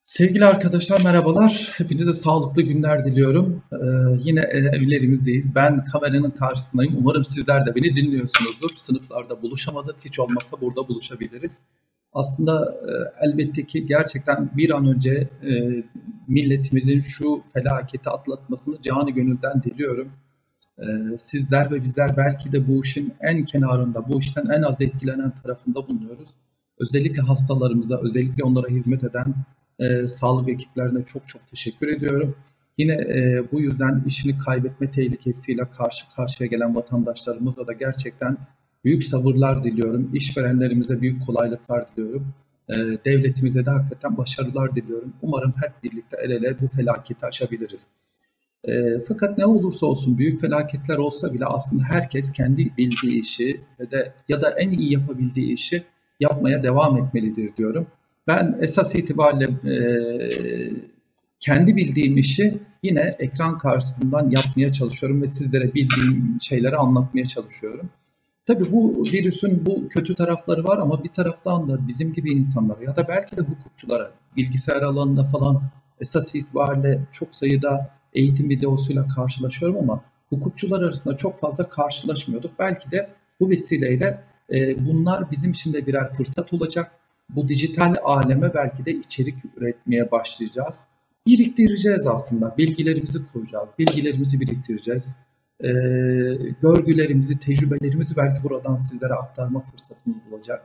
Sevgili arkadaşlar merhabalar. Hepinize sağlıklı günler diliyorum. Yine evlerimizdeyiz. Ben kameranın karşısındayım. Umarım sizler de beni dinliyorsunuzdur. Sınıflarda buluşamadık. Hiç olmazsa burada buluşabiliriz. Aslında elbette ki gerçekten bir an önce milletimizin şu felaketi atlatmasını canı gönülden diliyorum. Sizler ve bizler belki de bu işin en kenarında, bu işten en az etkilenen tarafında bulunuyoruz. Özellikle hastalarımıza, özellikle onlara hizmet eden sağlık ekiplerine çok çok teşekkür ediyorum. Yine bu yüzden işini kaybetme tehlikesiyle karşı karşıya gelen vatandaşlarımıza da gerçekten büyük sabırlar diliyorum. İşverenlerimize büyük kolaylıklar diliyorum. Devletimize de hakikaten başarılar diliyorum. Umarım hep birlikte el ele bu felaketi aşabiliriz. Fakat ne olursa olsun büyük felaketler olsa bile aslında herkes kendi bildiği işi ya da en iyi yapabildiği işi yapmaya devam etmelidir diyorum. Ben esas itibariyle kendi bildiğim işi yine ekran karşısından yapmaya çalışıyorum ve sizlere bildiğim şeyleri anlatmaya çalışıyorum. Tabii bu virüsün bu kötü tarafları var ama bir taraftan da bizim gibi insanlara ya da belki de hukukçulara, bilgisayar alanında falan esas itibariyle çok sayıda eğitim videosuyla karşılaşıyorum ama hukukçular arasında çok fazla karşılaşmıyorduk. Belki de bu vesileyle bunlar bizim için de birer fırsat olacak. Bu dijital aleme belki de içerik üretmeye başlayacağız. Biriktireceğiz aslında. Bilgilerimizi koyacağız. Bilgilerimizi biriktireceğiz. Görgülerimizi, tecrübelerimizi belki buradan sizlere aktarma fırsatımız bulacak,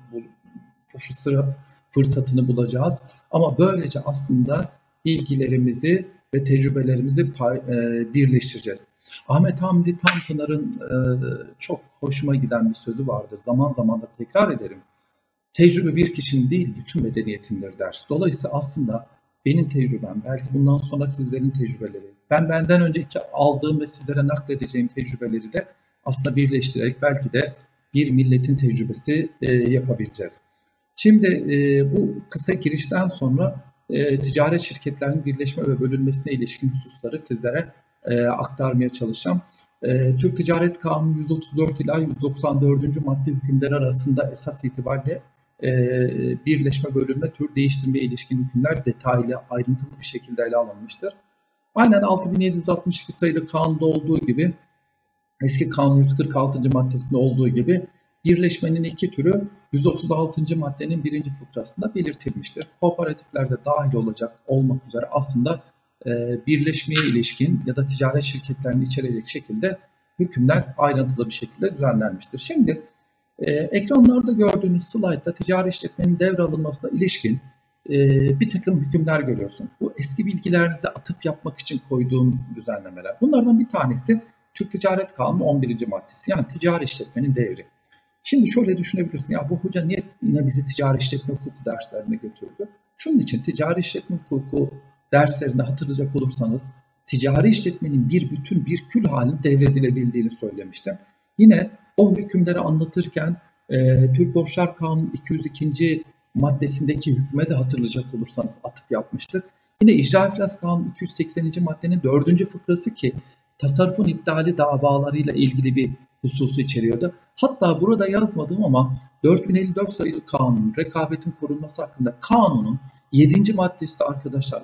fırsatını bulacağız. Ama böylece aslında bilgilerimizi ve tecrübelerimizi birleştireceğiz. Ahmet Hamdi Tanpınar'ın çok hoşuma giden bir sözü vardır. Zaman zaman da tekrar ederim. Tecrübe bir kişinin değil, bütün medeniyetindir der. Dolayısıyla aslında benim tecrübem, belki bundan sonra sizlerin tecrübeleri, ben benden önceki aldığım ve sizlere nakledeceğim tecrübeleri de aslında birleştirerek belki de bir milletin tecrübesi yapabileceğiz. Şimdi bu kısa girişten sonra ticaret şirketlerinin birleşme ve bölünmesine ilişkin hususları sizlere aktarmaya çalışacağım. Türk Ticaret Kanunu 134 ila 194. madde hükümleri arasında esas itibariyle birleşme, bölünme, tür değiştirmeye ilişkin hükümler detaylı, ayrıntılı bir şekilde ele alınmıştır. Aynen 6762 sayılı kanunda olduğu gibi, eski kanun 146. maddesinde olduğu gibi birleşmenin iki türü 136. maddenin birinci fıkrasında belirtilmiştir. Kooperatiflerde dahil olmak üzere aslında birleşmeye ilişkin ya da ticaret şirketlerini içerecek şekilde hükümler ayrıntılı bir şekilde düzenlenmiştir. Şimdi ekranlarda gördüğünüz slaytta ticari işletmenin devralınmasına ilişkin bir takım hükümler görüyorsun. Bu eski bilgilerinize atıf yapmak için koyduğum düzenlemeler. Bunlardan bir tanesi Türk Ticaret Kanunu 11. maddesi, yani ticari işletmenin devri. Şimdi şöyle düşünebilirsin, ya bu hoca niye yine bizi ticari işletme hukuku derslerine götürdü? Şunun için ticari işletme hukuku derslerinde hatırlayacak olursanız ticari işletmenin bir bütün bir kül halinde devredilebildiğini söylemiştim. Yine o hükümleri anlatırken Türk Borçlar Kanunu 202. maddesindeki hükme de hatırlayacak olursanız atıf yapmıştık. Yine İcra İflas Kanunu 280. maddenin 4. fıkrası ki tasarrufun iptali davalarıyla ilgili bir hususu içeriyordu. Hatta burada yazmadım ama 4054 sayılı kanun, rekabetin korunması hakkında kanunun 7. maddesi arkadaşlar,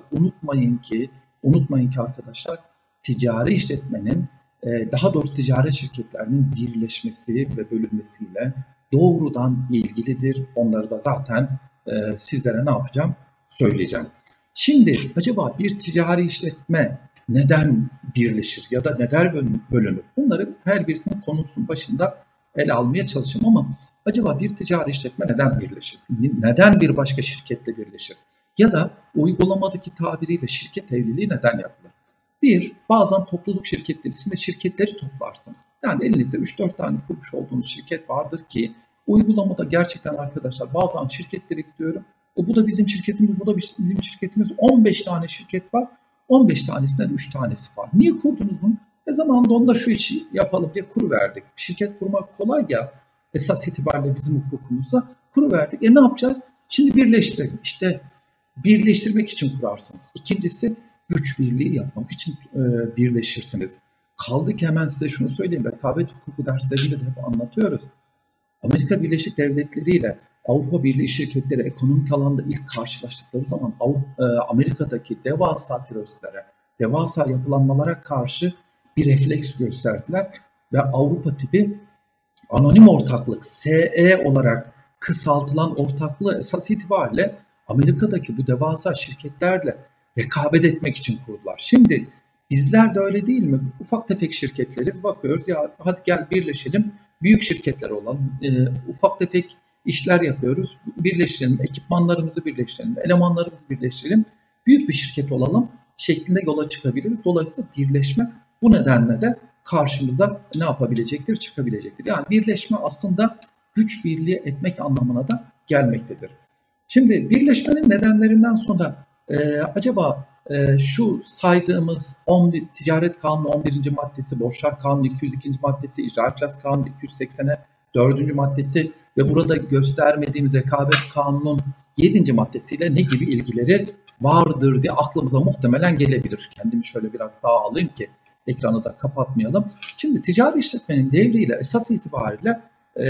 unutmayın ki arkadaşlar, ticari işletmenin daha doğrusu ticaret şirketlerinin birleşmesi ve bölünmesiyle doğrudan ilgilidir. Onları da zaten sizlere ne yapacağım? Söyleyeceğim. Şimdi acaba bir ticari işletme neden birleşir ya da neden bölünür? Bunları her birisinin konusunun başında ele almaya çalışacağım ama acaba bir ticari işletme neden birleşir? Neden bir başka şirketle birleşir? Ya da uygulamadaki tabiriyle şirket evliliği neden yapılır? Bir, bazen topluluk şirketleri içinde şirketleri toplarsınız. Yani elinizde 3-4 tane kurmuş olduğunuz şirket vardır ki uygulamada gerçekten arkadaşlar bazen şirketlere gidiyorum. Bu da bizim şirketimiz, bu da bizim şirketimiz. 15 tane şirket var. 15 tanesinden 3 tanesi var. Niye kurdunuz bunu? Zamanında onda şu işi yapalım diye kuruverdik. Şirket kurmak kolay ya. Esas itibariyle bizim hukukumuzda kuruverdik. Ne yapacağız? Şimdi birleştirelim. İşte birleştirmek için kurarsınız. İkincisi güç birliği yapmak için birleşirsiniz. Kaldı ki hemen size şunu söyleyeyim. Rekabet hukuku derslerinde de hep anlatıyoruz. Amerika Birleşik Devletleri ile Avrupa Birliği şirketleri ekonomik alanda ilk karşılaştıkları zaman Amerika'daki devasa teröristlere, devasa yapılanmalara karşı bir refleks gösterdiler ve Avrupa tipi anonim ortaklık, SE olarak kısaltılan ortaklığı esas itibariyle Amerika'daki bu devasa şirketlerle rekabet etmek için kurdular. Şimdi bizler de öyle değil mi? Ufak tefek şirketleriz, bakıyoruz ya hadi gel birleşelim, büyük şirketler olalım, ufak tefek işler yapıyoruz, birleştirelim, ekipmanlarımızı birleştirelim, elemanlarımızı birleştirelim, büyük bir şirket olalım şeklinde yola çıkabiliriz. Dolayısıyla birleşme bu nedenle de karşımıza ne yapabilecektir? Çıkabilecektir. Yani birleşme aslında güç birliği etmek anlamına da gelmektedir. Şimdi birleşmenin nedenlerinden sonra acaba şu saydığımız Ticaret Kanunu 11. maddesi, Borçlar Kanunu 202. maddesi, İcra İflas Kanunu 280'e 4. maddesi ve burada göstermediğimiz Rekabet Kanunu'nun 7. maddesiyle ne gibi ilgileri vardır diye aklımıza muhtemelen gelebilir. Kendimi şöyle biraz sağa alayım ki ekranı da kapatmayalım. Şimdi ticari işletmenin devriyle esas itibariyle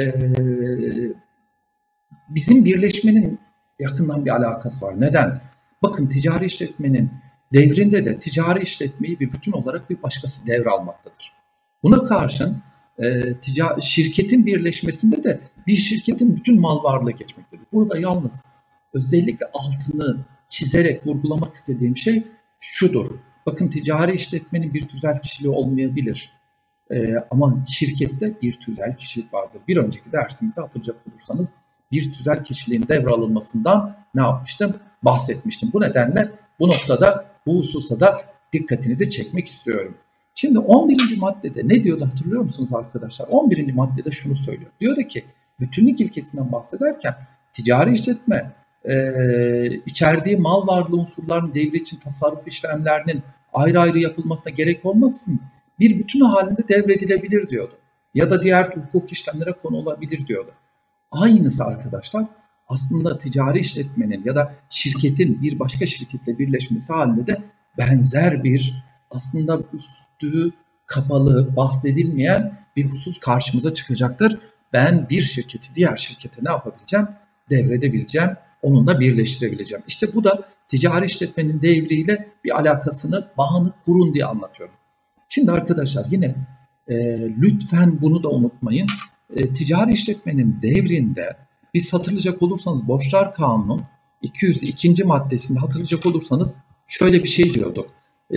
bizim birleşmenin yakından bir alakası var. Neden? Bakın ticari işletmenin devrinde de ticari işletmeyi bir bütün olarak bir başkası devralmaktadır. Buna karşın şirketin birleşmesinde de bir şirketin bütün mal varlığı geçmektedir. Burada yalnız özellikle altını çizerek vurgulamak istediğim şey şudur. Bakın ticari işletmenin bir tüzel kişiliği olmayabilir. Ama şirkette bir tüzel kişilik vardır. Bir önceki dersimizi hatırlayacak olursanız bir tüzel kişiliğin devralınmasından ne yapmıştım? Bahsetmiştim. Bu nedenle bu noktada, bu hususa da dikkatinizi çekmek istiyorum. Şimdi 11. maddede ne diyordu hatırlıyor musunuz arkadaşlar? 11. maddede şunu söylüyor. Diyordu ki bütünlük ilkesinden bahsederken ticari işletme içerdiği mal varlığı unsurlarının devri için tasarruf işlemlerinin ayrı ayrı yapılmasına gerek olmaksızın bir bütün halinde devredilebilir diyordu. Ya da diğer hukuk işlemlere konu olabilir diyordu. Aynısı arkadaşlar aslında ticari işletmenin ya da şirketin bir başka şirketle birleşmesi halinde de benzer bir aslında üstü kapalı bahsedilmeyen bir husus karşımıza çıkacaktır. Ben bir şirketi diğer şirkete ne yapabileceğim? Devredebileceğim, onunla birleştirebileceğim. İşte bu da ticari işletmenin devriyle bir alakasını, bağını kurun diye anlatıyorum. Şimdi arkadaşlar yine lütfen bunu da unutmayın. Ticari işletmenin devrinde biz hatırlayacak olursanız Borçlar Kanunu 202. maddesinde hatırlayacak olursanız şöyle bir şey diyorduk.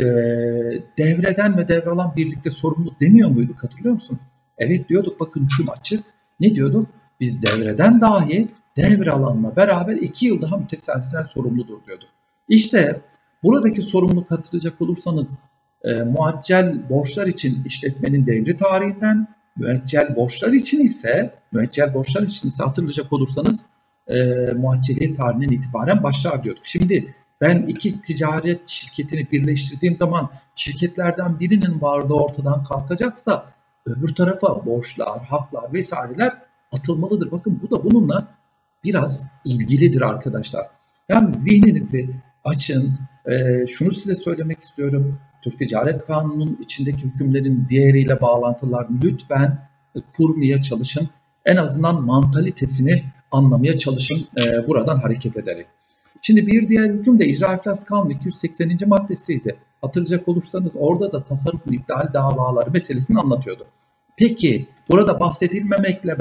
Devreden ve devralan birlikte sorumlu demiyor muyduk, hatırlıyor musunuz? Evet diyorduk, bakın tüm açık. Ne diyorduk? Biz devreden dahi devralanla beraber 2 yıl daha müteselsilen sorumludur diyorduk. İşte buradaki sorumluluk hatırlayacak olursanız muaccel borçlar için işletmenin devri tarihinden, müeccel borçlar için ise hatırlayacak olursanız muacceliyet tarihinden itibaren başlar diyorduk. Şimdi ben iki ticaret şirketini birleştirdiğim zaman şirketlerden birinin varlığı ortadan kalkacaksa öbür tarafa borçlar, haklar vesaireler atılmalıdır. Bakın bu da bununla biraz ilgilidir arkadaşlar. Yani zihninizi açın. Şunu size söylemek istiyorum. Türk Ticaret Kanunu'nun içindeki hükümlerin diğeriyle bağlantılarını lütfen kurmaya çalışın. En azından mantalitesini anlamaya çalışın buradan hareket ederek. Şimdi bir diğer hüküm de İcra İflas Kanunu 280. maddesiydi. Hatırlayacak olursanız orada da tasarrufun iptal davaları meselesini anlatıyordu. Peki burada bahsedilmemekle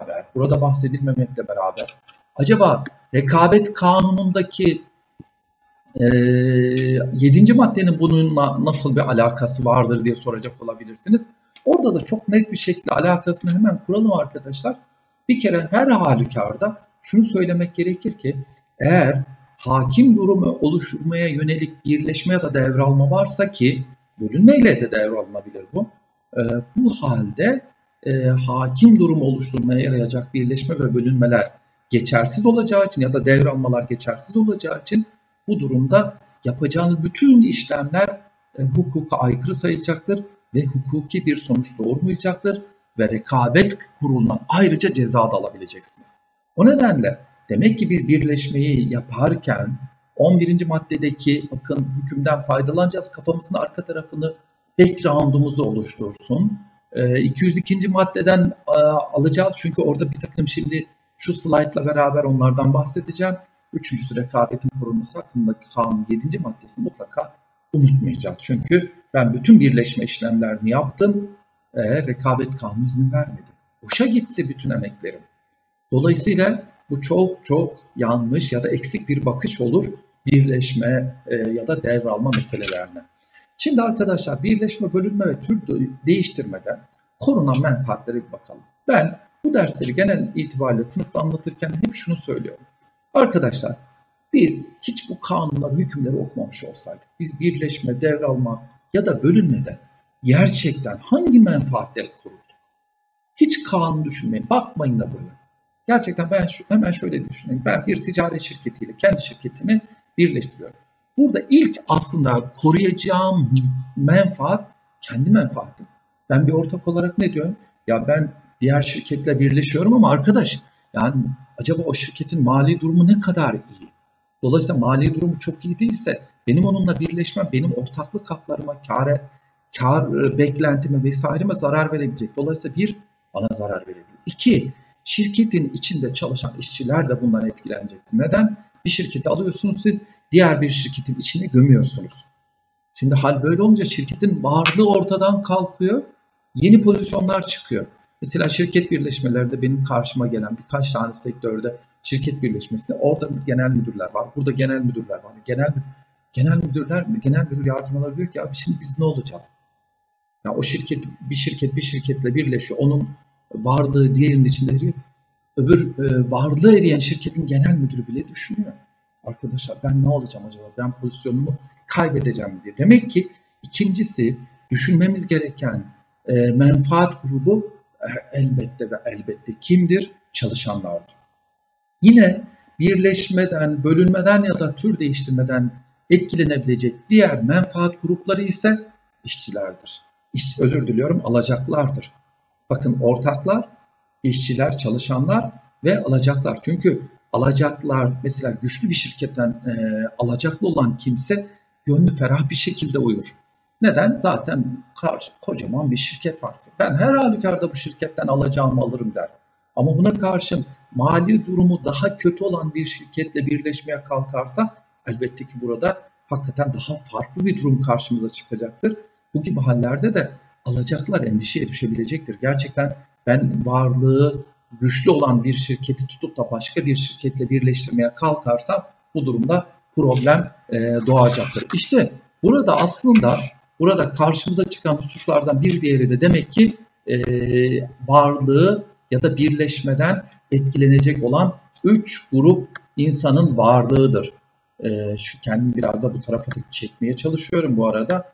beraber acaba Rekabet Kanunu'ndaki 7. maddenin bununla nasıl bir alakası vardır diye soracak olabilirsiniz. Orada da çok net bir şekilde alakasını hemen kuralım arkadaşlar. Bir kere her halükarda şunu söylemek gerekir ki eğer hakim durumu oluşturmaya yönelik birleşme ya da devralma varsa ki bölünmeyle de devralınabilir bu. Bu halde hakim durumu oluşturmaya yarayacak birleşme ve bölünmeler geçersiz olacağı için ya da devralmalar geçersiz olacağı için bu durumda yapacağınız bütün işlemler hukuka aykırı sayılacaktır ve hukuki bir sonuç doğurmayacaktır ve rekabet kurulundan ayrıca ceza da alabileceksiniz. O nedenle demek ki biz birleşmeyi yaparken 11. maddedeki bakın hükümden faydalanacağız. Kafamızın arka tarafını background'umuzu oluştursun. 202. maddeden alacağız çünkü orada bir takım şimdi Şu slaytla beraber onlardan bahsedeceğim. Üçüncüsü rekabetin korunması hakkındaki kanunun 7. maddesini mutlaka unutmayacağız. Çünkü ben bütün birleşme işlemlerini yaptım. Rekabet kanunu izin vermedi. Boşa gitti bütün emeklerim. Dolayısıyla bu çok çok yanlış ya da eksik bir bakış olur birleşme ya da devralma meselelerine. Şimdi arkadaşlar birleşme, bölünme ve tür değiştirmeden korunan menfaatlere bir bakalım. Ben bu dersleri genel itibariyle sınıfta anlatırken hep şunu söylüyorum. Arkadaşlar biz hiç bu kanunları, hükümleri okumamış olsaydık, biz birleşme, devralma ya da bölünmede gerçekten hangi menfaatleri korurduk? Hiç kanun düşünmeyin, bakmayın da buraya. Gerçekten ben hemen şöyle düşüneyim. Ben bir ticaret şirketiyle kendi şirketimi birleştiriyorum. Burada ilk aslında koruyacağım menfaat kendi menfaatim. Ben bir ortak olarak ne diyorum? Ya ben diğer şirketle birleşiyorum ama arkadaş, yani acaba o şirketin mali durumu ne kadar iyi? Dolayısıyla mali durumu çok iyi değilse benim onunla birleşmem benim ortaklık haklarıma, kar beklentime vesaireme zarar verebilecek. Dolayısıyla bir, bana zarar verebilir. İki, şirketin içinde çalışan işçiler de bundan etkilenecektir. Neden? Bir şirketi alıyorsunuz siz, diğer bir şirketin içine gömüyorsunuz. Şimdi hal böyle olunca şirketin varlığı ortadan kalkıyor, yeni pozisyonlar çıkıyor. Mesela şirket birleşmelerde benim karşıma gelen birkaç tane sektörde şirket birleşmesinde orada genel müdürler var, burada genel müdürler var. Genel müdür yardımcıları diyor ki abi şimdi biz ne olacağız? Ya o şirket bir şirketle birleşiyor. Onun varlığı diğerinin içinde eriyor. Öbür varlığı eriyen şirketin genel müdürü bile düşünüyor. Arkadaşlar ben ne olacağım acaba? Ben pozisyonumu kaybedeceğim diye. Demek ki ikincisi düşünmemiz gereken menfaat grubu elbette ve elbette kimdir? Çalışanlardır. Yine birleşmeden, bölünmeden ya da tür değiştirmeden etkilenebilecek diğer menfaat grupları ise işçilerdir. Özür diliyorum, alacaklardır. Bakın ortaklar, işçiler, çalışanlar ve alacaklar. Çünkü alacaklar mesela güçlü bir şirketten alacaklı olan kimse gönlü ferah bir şekilde uyur. Neden? Zaten kocaman bir şirket var. Ben her halükarda bu şirketten alacağımı alırım der. Ama buna karşın mali durumu daha kötü olan bir şirketle birleşmeye kalkarsa elbette ki burada hakikaten daha farklı bir durum karşımıza çıkacaktır. Bu gibi hallerde de alacaklar endişeye düşebilecektir. Gerçekten ben varlığı güçlü olan bir şirketi tutup da başka bir şirketle birleştirmeye kalkarsam bu durumda problem doğacaktır. İşte burada aslında karşımıza çıkan hususlardan bir diğeri de demek ki varlığı ya da birleşmeden etkilenecek olan 3 grup insanın varlığıdır. Şu kendimi biraz da bu tarafa çekmeye çalışıyorum bu arada.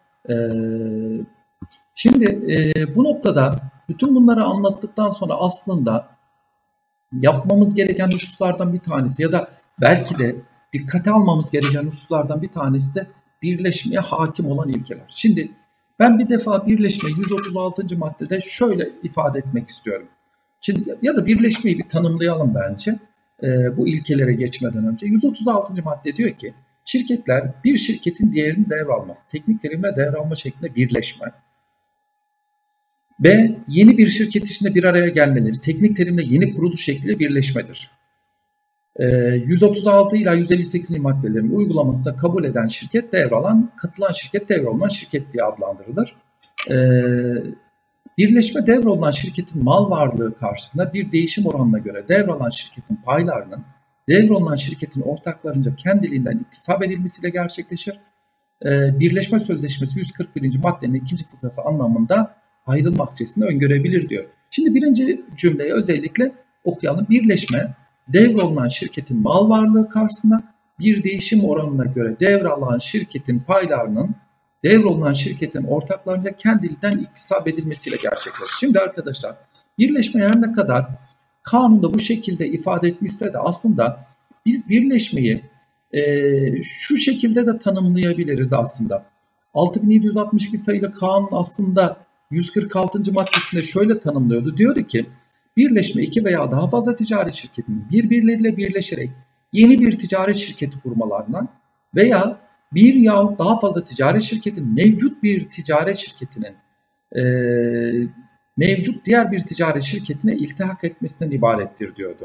Şimdi bu noktada bütün bunları anlattıktan sonra aslında yapmamız gereken hususlardan bir tanesi ya da belki de dikkate almamız gereken hususlardan bir tanesi de birleşmeye hakim olan ilkeler. Şimdi ben bir defa birleşme 136. maddede şöyle ifade etmek istiyorum. Şimdi ya da birleşmeyi bir tanımlayalım bence. Bu ilkelere geçmeden önce 136. madde diyor ki şirketler bir şirketin diğerini devralması, teknik terimle devralma şeklinde birleşme ve yeni bir şirket içinde bir araya gelmeleri, teknik terimle yeni kuruluş şekliyle birleşmedir. 136 ila 158. maddelerin uygulamasına kabul eden şirket devralan, katılan şirket devrolunan şirket diye adlandırılır. Birleşme devrolunan şirketin mal varlığı karşısında bir değişim oranına göre devralan şirketin paylarının devrolunan şirketin ortaklarınca kendiliğinden iktisap edilmesiyle gerçekleşir. Birleşme sözleşmesi 141. maddenin 2. fıkrası anlamında ayrılma akçesini öngörebilir diyor. Şimdi birinci cümleyi özellikle okuyalım. Birleşme devrolunan şirketin mal varlığı karşısında bir değişim oranına göre devralan şirketin paylarının devrolunan şirketin ortaklarınca kendiliğinden iktisap edilmesiyle gerçekleşir. Şimdi arkadaşlar birleşme her ne kadar kanunda bu şekilde ifade etmişse de aslında biz birleşmeyi şu şekilde de tanımlayabiliriz aslında. 6762 sayılı kanun aslında 146. maddesinde şöyle tanımlıyordu. Diyordu ki birleşme iki veya daha fazla ticaret şirketinin birbirleriyle birleşerek yeni bir ticaret şirketi kurmalarından veya bir yahut daha fazla ticaret şirketin mevcut bir ticaret şirketinin mevcut diğer bir ticaret şirketine iltihak etmesinden ibarettir diyordu.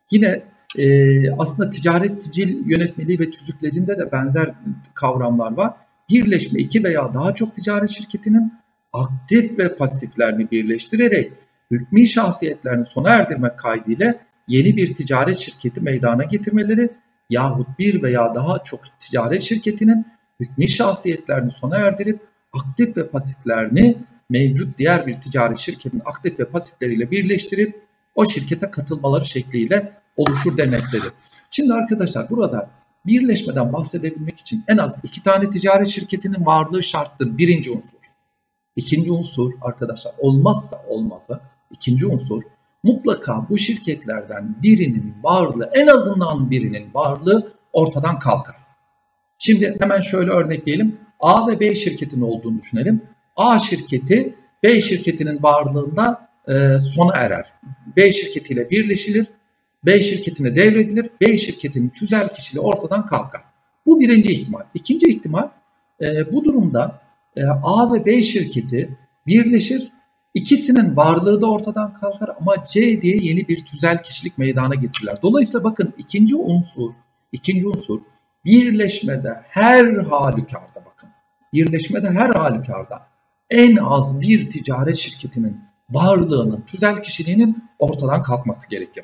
Yine aslında ticaret sicil yönetmeliği ve tüzüklerinde de benzer kavramlar var. Birleşme iki veya daha çok ticaret şirketinin aktif ve pasiflerini birleştirerek hükmî şahsiyetlerini sona erdirmek kaydıyla yeni bir ticaret şirketi meydana getirmeleri yahut bir veya daha çok ticaret şirketinin hükmî şahsiyetlerini sona erdirip aktif ve pasiflerini mevcut diğer bir ticaret şirketinin aktif ve pasifleriyle birleştirip o şirkete katılmaları şekliyle oluşur demektedir. Şimdi arkadaşlar burada birleşmeden bahsedebilmek için en az 2 tane ticaret şirketinin varlığı şarttır. Birinci unsur. İkinci unsur arkadaşlar olmazsa olmazı ikinci unsur mutlaka bu şirketlerden birinin varlığı, en azından birinin varlığı ortadan kalkar. Şimdi hemen şöyle örnekleyelim. A ve B şirketinin olduğunu düşünelim. A şirketi B şirketinin varlığında sona erer. B şirketiyle birleşilir. B şirketine devredilir. B şirketinin tüzel kişiliği ortadan kalkar. Bu birinci ihtimal. İkinci ihtimal bu durumda A ve B şirketi birleşir. İkisinin varlığı da ortadan kalkar ama C diye yeni bir tüzel kişilik meydana getirirler. Dolayısıyla bakın ikinci unsur birleşmede her halükarda bakın. Birleşmede her halükarda en az bir ticaret şirketinin varlığının, tüzel kişiliğinin ortadan kalkması gerekir.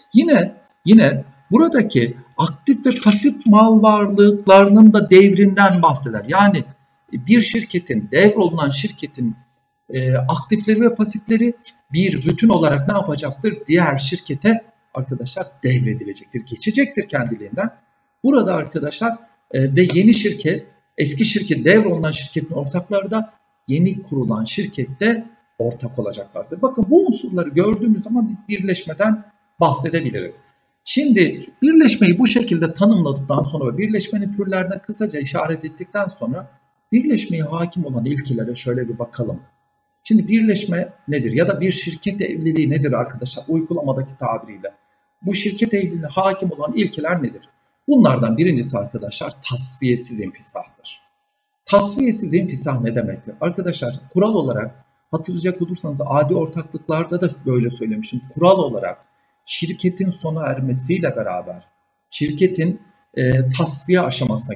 Yine buradaki aktif ve pasif mal varlıklarının da devrinden bahseder. Yani bir şirketin, devrolunan şirketin aktifleri ve pasifleri bir bütün olarak ne yapacaktır? Diğer şirkete arkadaşlar devredilecektir, geçecektir kendiliğinden. Burada arkadaşlar ve yeni şirket, eski şirket, devrolunan şirketin ortakları da yeni kurulan şirkette ortak olacaklardır. Bakın bu unsurları gördüğümüz zaman biz birleşmeden bahsedebiliriz. Şimdi birleşmeyi bu şekilde tanımladıktan sonra ve birleşmenin türlerine kısaca işaret ettikten sonra birleşmeye hakim olan ilkelere şöyle bir bakalım. Şimdi birleşme nedir ya da bir şirket evliliği nedir arkadaşlar uygulamadaki tabiriyle? Bu şirket evliliğine hakim olan ilkeler nedir? Bunlardan birincisi arkadaşlar tasfiyesiz infisahtır. Tasfiyesiz infisah ne demektir? Arkadaşlar kural olarak hatırlayacak olursanız adi ortaklıklarda da böyle söylemişim. Kural olarak şirketin sona ermesiyle beraber şirketin tasfiye aşamasına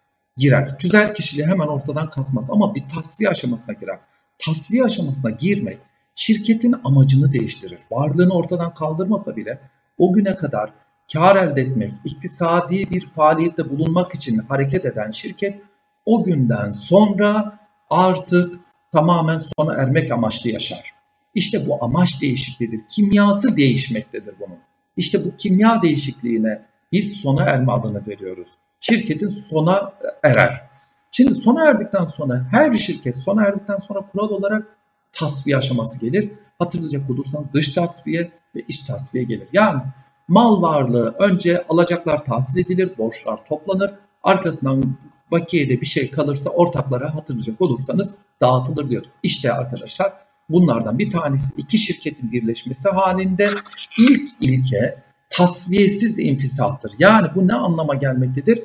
girer. Tüzel kişiliği hemen ortadan kalkmaz ama bir tasfiye aşamasına girer. Tasfiye aşamasına girmek şirketin amacını değiştirir. Varlığını ortadan kaldırmasa bile o güne kadar kar elde etmek, iktisadi bir faaliyette bulunmak için hareket eden şirket o günden sonra artık tamamen sona ermek amaçlı yaşar. İşte bu amaç değişikliğidir. Kimyası değişmektedir bunun. İşte bu kimya değişikliğine biz sona erme adını veriyoruz. Şirketin sona erer. Şimdi sona erdikten sonra her şirket sona erdikten sonra kural olarak tasfiye aşaması gelir. Hatırlayacak olursanız dış tasfiye ve iç tasfiye gelir. Yani mal varlığı önce alacaklar tahsil edilir, borçlar toplanır. Arkasından bakiyede bir şey kalırsa ortaklara hatırlayacak olursanız dağıtılır diyorduk. İşte arkadaşlar bunlardan bir tanesi iki şirketin birleşmesi halinde ilk ilke tasfiyesiz infisahtır. Yani bu ne anlama gelmektedir?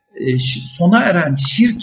Sona eren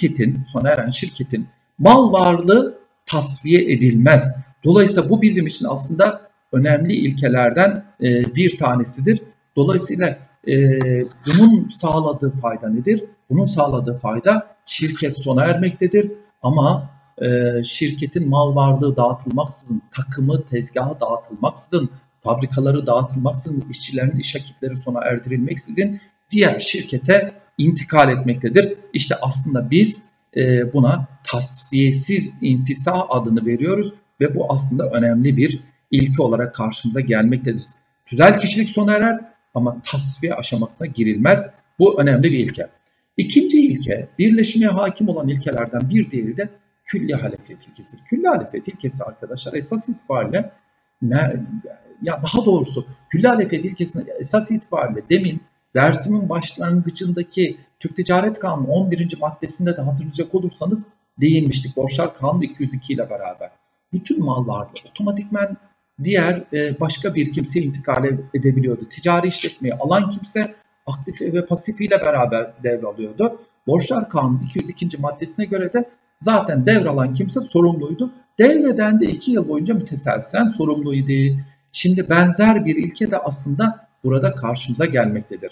şirketin mal varlığı tasfiye edilmez. Dolayısıyla bu bizim için aslında önemli ilkelerden bir tanesidir. Dolayısıyla bunun sağladığı fayda nedir? Bunun sağladığı fayda şirket sona ermektedir ama şirketin mal varlığı dağıtılmaksızın, takımı, tezgahı dağıtılmaksızın, fabrikaları dağıtılmaksızın, işçilerin iş akitleri sona erdirilmeksizin diğer şirkete intikal etmektedir. İşte aslında biz buna tasfiyesiz infisah adını veriyoruz ve bu aslında önemli bir ilke olarak karşımıza gelmektedir. Tüzel kişilik sona erer ama tasfiye aşamasına girilmez. Bu önemli bir ilke. İkinci ilke, birleşmeye hakim olan ilkelerden bir diğeri de külli halefiyet ilkesidir. Külli halefiyet ilkesi arkadaşlar esas itibariyle daha doğrusu külli halefiyet ilkesine esas itibariyle demin dersimin başlangıcındaki Türk Ticaret Kanunu 11. maddesinde de hatırlayacak olursanız değinmiştik. Borçlar Kanunu 202 ile beraber. Bütün mal varlığı otomatikmen diğer başka bir kimseye intikal edebiliyordu. Ticari işletmeyi alan kimse aktif ve pasifiyle beraber devralıyordu. Borçlar Kanunu 202. maddesine göre de zaten devralan kimse sorumluydu. Devreden de 2 yıl boyunca müteselsilen sorumluydu. Şimdi benzer bir ilke de aslında burada karşımıza gelmektedir.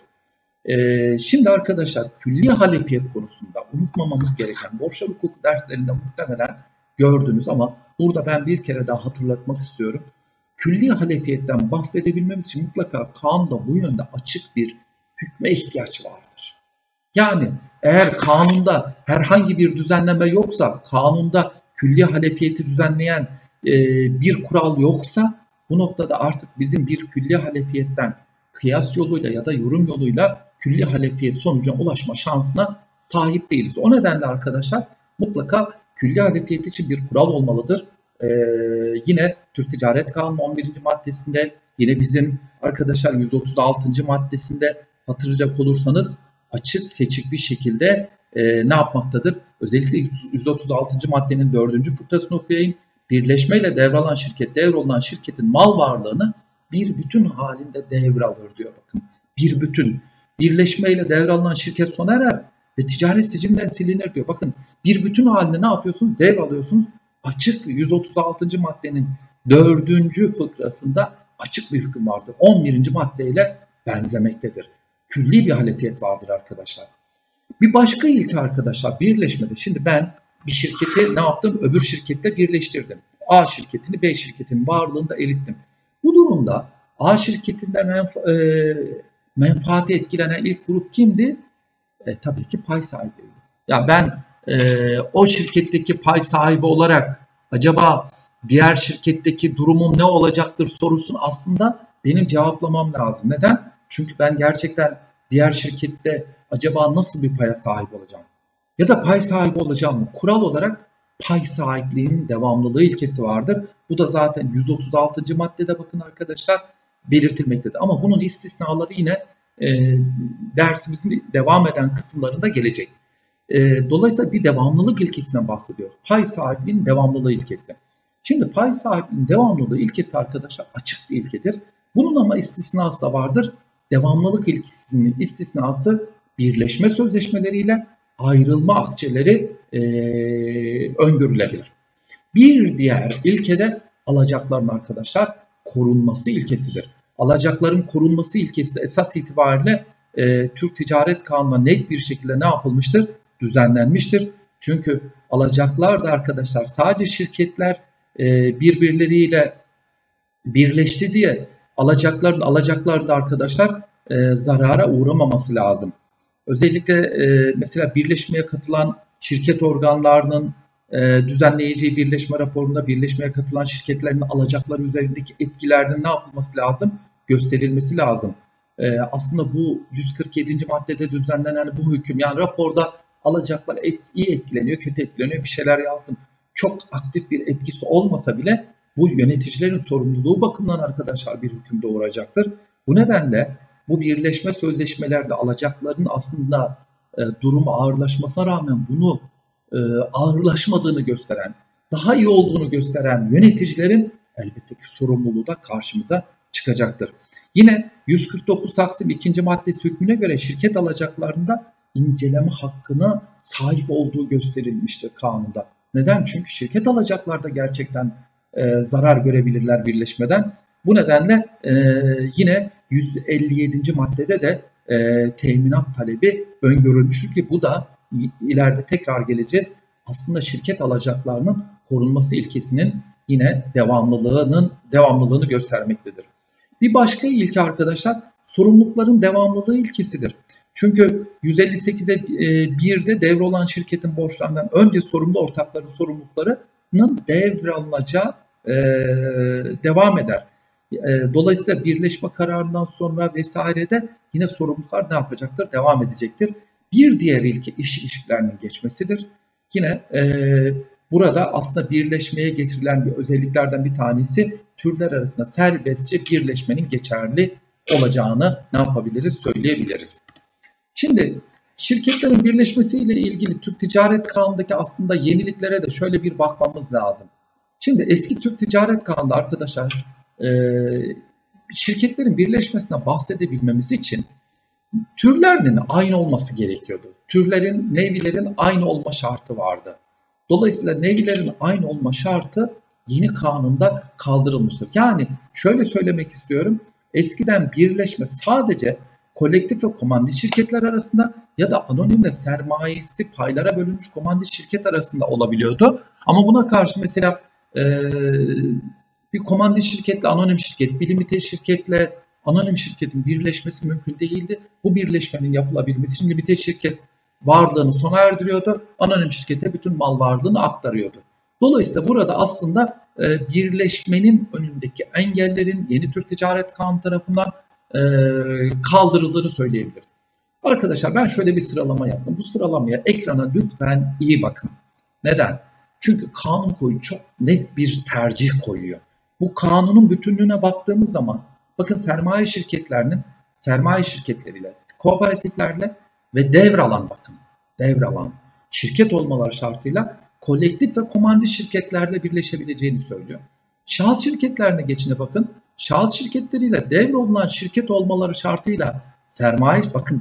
Şimdi arkadaşlar külli halefiyet konusunda unutmamamız gereken borçlar hukuku derslerinde muhtemelen gördünüz ama burada ben bir kere daha hatırlatmak istiyorum. Külli halefiyetten bahsedebilmemiz için mutlaka kanunda bu yönde açık bir hükme ihtiyaç vardır. Yani eğer kanunda herhangi bir düzenleme yoksa, kanunda külli halefiyeti düzenleyen bir kural yoksa bu noktada artık bizim bir külli halefiyetten kıyas yoluyla ya da yorum yoluyla külli halefiyet sonucuna ulaşma şansına sahip değiliz. O nedenle arkadaşlar mutlaka külli halefiyet için bir kural olmalıdır. Yine Türk Ticaret Kanunu 11. maddesinde, yine bizim arkadaşlar 136. maddesinde hatırlayacak olursanız açık seçik bir şekilde ne yapmaktadır? Özellikle 136. maddenin 4. fıkrasını okuyayım. Birleşmeyle devralan şirket, devrolunan şirketin mal varlığını bir bütün halinde devralır diyor bakın. Bir bütün. Birleşmeyle devralınan şirket sona erer ve ticaret sicilinden silinir diyor. Bakın bir bütün halinde ne yapıyorsunuz? Devralıyorsunuz. Açık 136. maddenin 4. fıkrasında açık bir hüküm vardır. 11. maddeyle benzemektedir. Külli bir halefiyet vardır arkadaşlar. Bir başka ilke arkadaşlar birleşmede. Şimdi ben bir şirketi ne yaptım? Öbür şirkette birleştirdim. A şirketini B şirketinin varlığında erittim. Bu durumda A şirketinde menfaati etkilenen ilk grup kimdi? Tabii ki pay sahibiydi. Ya ben o şirketteki pay sahibi olarak acaba diğer şirketteki durumum ne olacaktır sorusunu aslında benim cevaplamam lazım. Neden? Çünkü ben gerçekten diğer şirkette acaba nasıl bir paya sahip olacağım? Ya da pay sahibi olacağım mı? Kural olarak pay sahipliğinin devamlılığı ilkesi vardır. Bu da zaten 136. maddede bakın arkadaşlar belirtilmektedir. Ama bunun istisnaları yine dersimizin devam eden kısımlarında gelecek. Dolayısıyla bir devamlılık ilkesinden bahsediyoruz. Pay sahipliğinin devamlılığı ilkesi. Şimdi pay sahipliğinin devamlılığı ilkesi arkadaşlar açık bir ilkedir. Bunun ama istisnası da vardır. Devamlılık ilkesinin istisnası birleşme sözleşmeleriyle ayrılma akçeleri öngörülebilir. Bir diğer ilke de alacakların arkadaşlar korunması ilkesidir. Alacakların korunması ilkesi de esas itibariyle Türk Ticaret Kanunu'na net bir şekilde ne yapılmıştır? Düzenlenmiştir. Çünkü alacaklar da arkadaşlar sadece şirketler birbirleriyle birleşti diye alacaklar da arkadaşlar zarara uğramaması lazım. Özellikle mesela birleşmeye katılan şirket organlarının düzenleyeceği birleşme raporunda birleşmeye katılan şirketlerin alacakları üzerindeki etkilerinin ne yapılması lazım? Gösterilmesi lazım. Aslında bu 147. maddede düzenlenen bu hüküm, yani raporda alacaklar iyi etkileniyor, kötü etkileniyor, bir şeyler yazdım. Çok aktif bir etkisi olmasa bile bu yöneticilerin sorumluluğu bakımından arkadaşlar bir hüküm doğuracaktır. Bu nedenle bu birleşme sözleşmelerde alacakların aslında durumu ağırlaşmasına rağmen bunu ağırlaşmadığını gösteren, daha iyi olduğunu gösteren yöneticilerin elbette ki sorumluluğu da karşımıza çıkacaktır. Yine 149 Taksim 2. maddesi hükmüne göre şirket alacaklarında inceleme hakkına sahip olduğu gösterilmiştir kanunda. Neden? Çünkü şirket alacaklarda gerçekten zarar görebilirler birleşmeden. Bu nedenle yine 157. maddede de teminat talebi öngörülmüştür ki bu da ileride tekrar geleceğiz. Aslında şirket alacaklarının korunması ilkesinin yine devamlılığını göstermektedir. Bir başka ilke arkadaşlar sorumlulukların devamlılığı ilkesidir. Çünkü 158'e 1'de devrolan şirketin borçlarından önce sorumlu ortakların sorumluluklarının devralınacağı devam eder. Dolayısıyla birleşme kararından sonra vesairede yine sorumluluklar ne yapacaktır? Devam edecektir. Bir diğer ilke iş ilişkilerinin geçmesidir. Yine burada aslında birleşmeye getirilen bir özelliklerden bir tanesi türler arasında serbestçe birleşmenin geçerli olacağını ne yapabiliriz? Söyleyebiliriz. Şimdi şirketlerin birleşmesiyle ilgili Türk Ticaret Kanunu'ndaki aslında yeniliklere de şöyle bir bakmamız lazım. Şimdi eski Türk Ticaret Kanunu'nda arkadaşlar şirketlerin birleşmesinden bahsedebilmemiz için türlerinin aynı olması gerekiyordu. Türlerin, nevilerin aynı olma şartı vardı. Dolayısıyla nevilerin aynı olma şartı yeni kanunda kaldırılmıştır. Yani şöyle söylemek istiyorum. Eskiden birleşme sadece kolektif ve komandit şirketler arasında ya da anonim ve sermayesi paylara bölünmüş komandit şirket arasında olabiliyordu. Ama buna karşı mesela bir komandit şirketle anonim şirket, bir limite şirketle anonim şirketin birleşmesi mümkün değildi. Bu birleşmenin yapılabilmesi için limite şirket varlığını sona erdiriyordu. Anonim şirkete bütün mal varlığını aktarıyordu. Dolayısıyla burada aslında birleşmenin önündeki engellerin yeni Türk Ticaret Kanunu tarafından kaldırıldığını söyleyebiliriz. Arkadaşlar ben şöyle bir sıralama yaptım. Bu sıralamaya ekrana lütfen iyi bakın. Neden? Çünkü kanun koyu çok net bir tercih koyuyor. Bu kanunun bütünlüğüne baktığımız zaman bakın sermaye şirketleriyle, kooperatiflerle ve devralan bakın. Devralan şirket olmaları şartıyla kolektif ve komandit şirketlerle birleşebileceğini söylüyor. Şahıs şirketlerine geçine bakın. Şahıs şirketleriyle devrolunan şirket olmaları şartıyla sermaye bakın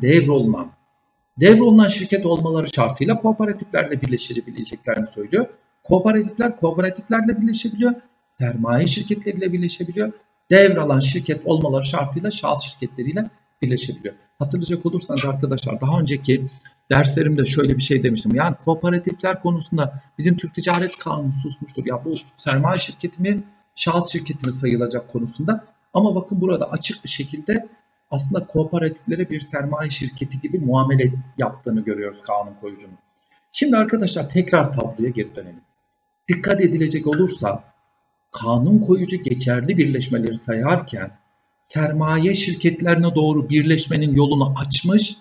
devrolunan şirket olmaları şartıyla kooperatiflerle birleşebileceklerini söylüyor. Kooperatifler kooperatiflerle birleşebiliyor. Sermaye şirketleriyle birleşebiliyor. Devralan şirket olmaları şartıyla şahıs şirketleriyle birleşebiliyor. Hatırlayacak olursanız arkadaşlar daha önceki derslerimde şöyle bir şey demiştim. Yani kooperatifler konusunda bizim Türk Ticaret Kanunu susmuştur. Ya bu sermaye şirketi mi, şahıs şirketi mi sayılacak konusunda. Ama bakın burada açık bir şekilde aslında kooperatiflere bir sermaye şirketi gibi muamele yaptığını görüyoruz kanun koyucunun. Şimdi arkadaşlar tekrar tabloya geri dönelim. Dikkat edilecek olursa kanun koyucu geçerli birleşmeleri sayarken sermaye şirketlerine doğru birleşmenin yolunu açmış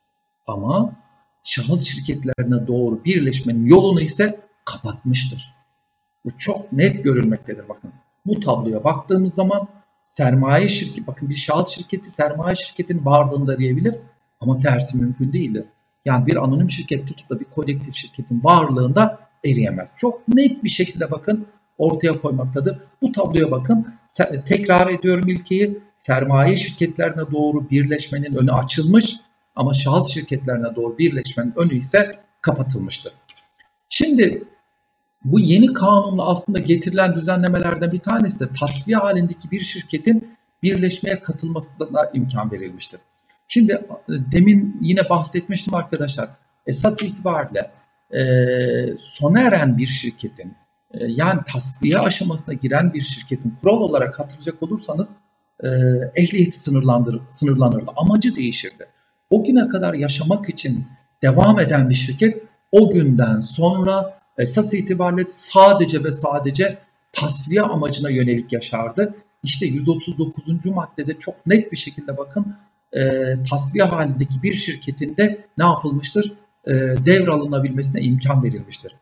ama şahıs şirketlerine doğru birleşmenin yolunu ise kapatmıştır. Bu çok net görülmektedir bakın. Bu tabloya baktığımız zaman sermaye şirketi, bakın bir şahıs şirketi sermaye şirketinin varlığını arayabilir ama tersi mümkün değildir. Yani bir anonim şirket tutup da bir kolektif şirketin varlığında eriyemez. Çok net bir şekilde bakın ortaya koymaktadır. Bu tabloya bakın. Tekrar ediyorum ilkeyi. Sermaye şirketlerine doğru birleşmenin önü açılmış ama şahıs şirketlerine doğru birleşmenin önü ise kapatılmıştır. Şimdi bu yeni kanunla aslında getirilen düzenlemelerden bir tanesi de tasfiye halindeki bir şirketin birleşmeye katılmasına da imkan verilmiştir. Şimdi demin yine bahsetmiştim arkadaşlar. Esas itibariyle sona eren bir şirketin yani tasfiye aşamasına giren bir şirketin kural olarak hatırlayacak olursanız ehliyeti sınırlanırdı. Amacı değişirdi. O güne kadar yaşamak için devam eden bir şirket o günden sonra esas itibariyle sadece ve sadece tasfiye amacına yönelik yaşardı. İşte 139. maddede çok net bir şekilde bakın tasfiye halindeki bir şirketin de ne yapılmıştır? Devralınabilmesine imkan verilmiştir.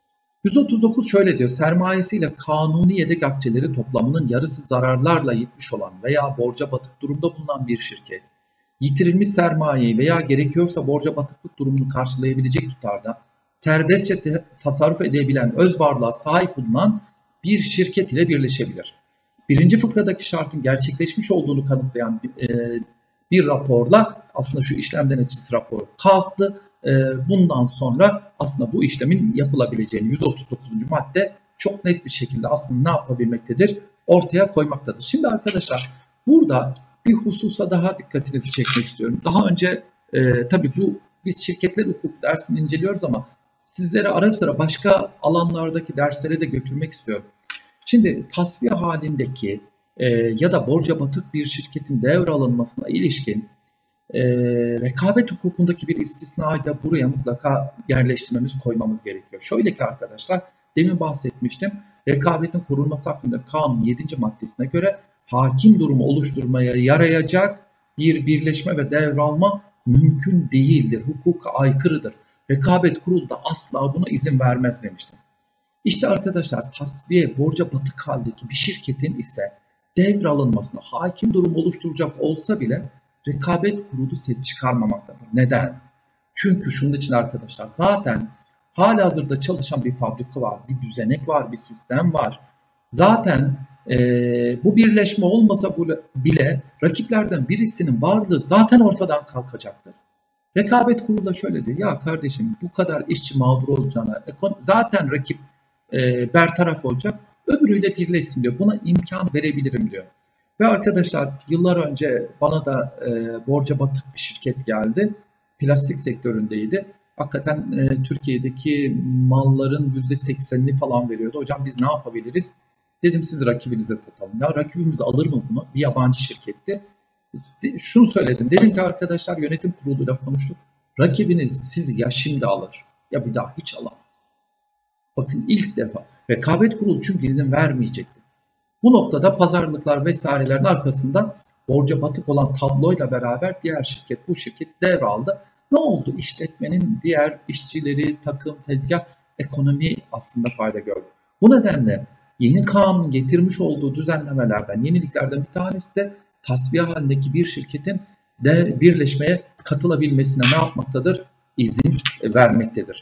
139 şöyle diyor, sermayesiyle kanuni yedek akçeleri toplamının yarısı zararlarla yitmiş olan veya borca batık durumda bulunan bir şirket, yitirilmiş sermayeyi veya gerekiyorsa borca batıklık durumunu karşılayabilecek tutarda serbestçe tasarruf edebilen öz varlığa sahip bulunan bir şirket ile birleşebilir. Birinci fıkradaki şartın gerçekleşmiş olduğunu kanıtlayan bir raporla aslında şu işlemden neticesi raporu kalktı. Bundan sonra aslında bu işlemin yapılabileceğini 139. madde çok net bir şekilde aslında ne yapabilmektedir? Ortaya koymaktadır. Şimdi arkadaşlar burada bir hususa daha dikkatinizi çekmek istiyorum. Daha önce tabii biz şirketler hukuk dersini inceliyoruz ama sizlere ara sıra başka alanlardaki derslere de götürmek istiyorum. Şimdi tasfiye halindeki ya da borca batık bir şirketin devralınmasına ilişkin rekabet hukukundaki bir istisnayı da buraya mutlaka yerleştirmemiz, koymamız gerekiyor. Şöyle ki arkadaşlar, demin bahsetmiştim. Rekabetin korunması hakkında kanun 7. maddesine göre hakim durumu oluşturmaya yarayacak bir birleşme ve devralma mümkün değildir. Hukuka aykırıdır. Rekabet kurulu da asla buna izin vermez demiştim. İşte arkadaşlar tasfiye borca batık haldeki bir şirketin ise devralınmasına hakim durum oluşturacak olsa bile rekabet kurulu ses çıkarmamaktadır. Neden? Çünkü şunun için arkadaşlar zaten halihazırda çalışan bir fabrika var, bir düzenek var, bir sistem var. Zaten bu birleşme olmasa bile rakiplerden birisinin varlığı zaten ortadan kalkacaktır. Rekabet kurulu da şöyle diyor, ya kardeşim bu kadar işçi mağdur olacağına zaten rakip bertaraf olacak, öbürüyle birleşsin diyor. Buna imkan verebilirim diyor. Ve arkadaşlar yıllar önce bana da borca batık bir şirket geldi. Plastik sektöründeydi. Hakikaten Türkiye'deki malların %80'ini falan veriyordu. Hocam biz ne yapabiliriz? Dedim siz rakibinize satalım. Ya rakibimiz alır mı bunu? Bir yabancı şirketti. Şunu söyledim. Dedim ki arkadaşlar yönetim kuruluyla konuştuk. Rakibiniz sizi ya şimdi alır ya bir daha hiç alamaz. Bakın ilk defa rekabet kurulu çünkü izin vermeyecekti. Bu noktada pazarlıklar vesairelerin arkasında borca batık olan tabloyla beraber diğer şirket bu şirket devraldı. Ne oldu? İşletmenin diğer işçileri, takım, tezgah, ekonomi aslında fayda gördü. Bu nedenle yeni kanun getirmiş olduğu düzenlemelerden, yeniliklerden bir tanesi de tasfiye halindeki bir şirketin de birleşmeye katılabilmesine ne yapmaktadır? İzin vermektedir.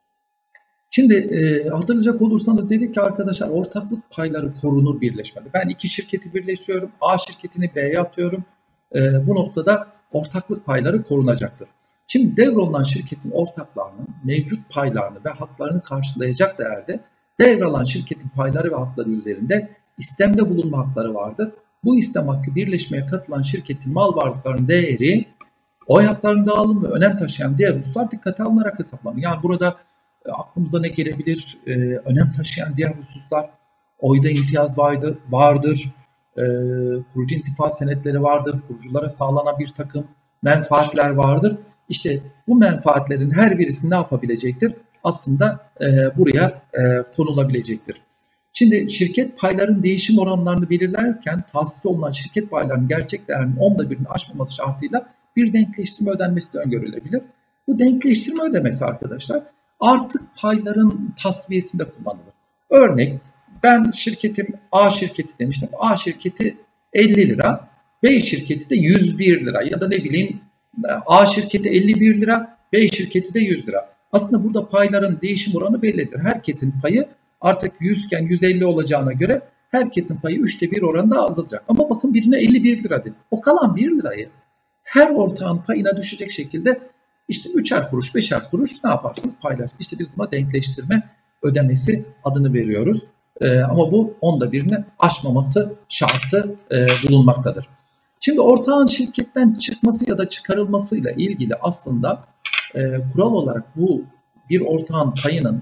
Şimdi hatırlayacak olursanız dedik ki arkadaşlar ortaklık payları korunur birleşmede. Ben iki şirketi birleştiriyorum. A şirketini B'ye atıyorum. Bu noktada ortaklık payları korunacaktır. Şimdi devrolunan şirketin ortaklarının mevcut paylarını ve haklarını karşılayacak değerde devralan şirketin payları ve hakları üzerinde istemde bulunma hakları vardır. Bu istem hakkı birleşmeye katılan şirketin mal varlıklarının değeri, oy haklarının dağılımı ve önem taşıyan diğer hususlar dikkate alınarak hesaplanır. Yani burada aklımıza ne gelebilir? Önem taşıyan diğer hususlar, oyda imtiyaz vardır, kurucu intifa senetleri vardır, kuruculara sağlanan bir takım menfaatler vardır. İşte bu menfaatlerin her birisi ne yapabilecektir? Aslında buraya konulabilecektir. Şimdi şirket paylarının değişim oranlarını belirlerken tahsis olunan şirket paylarının gerçek değerinin 1/10'ını aşmaması şartıyla bir denkleştirme ödenmesi de öngörülebilir. Bu denkleştirme ödemesi arkadaşlar artık payların tasfiyesinde kullanılır. Örnek ben şirketim A şirketi demiştim. A şirketi 50 lira, B şirketi de 101 lira ya da ne bileyim A şirketi 51 lira, B şirketi de 100 lira. Aslında burada payların değişim oranı bellidir. Herkesin payı artık 100 iken 150 olacağına göre herkesin payı 3'te 1 oranında azalacak. Ama bakın birine 51 lira dedi. O kalan 1 lirayı her ortağın payına düşecek şekilde işte 3'er kuruş, 5'er kuruş ne yaparsınız? Paylarsınız. İşte biz buna denkleştirme ödemesi adını veriyoruz. Ama bu 1/10'ını aşmaması şartı bulunmaktadır. Şimdi ortağın şirketten çıkması ya da çıkarılmasıyla ilgili aslında kural olarak bu bir ortağın payının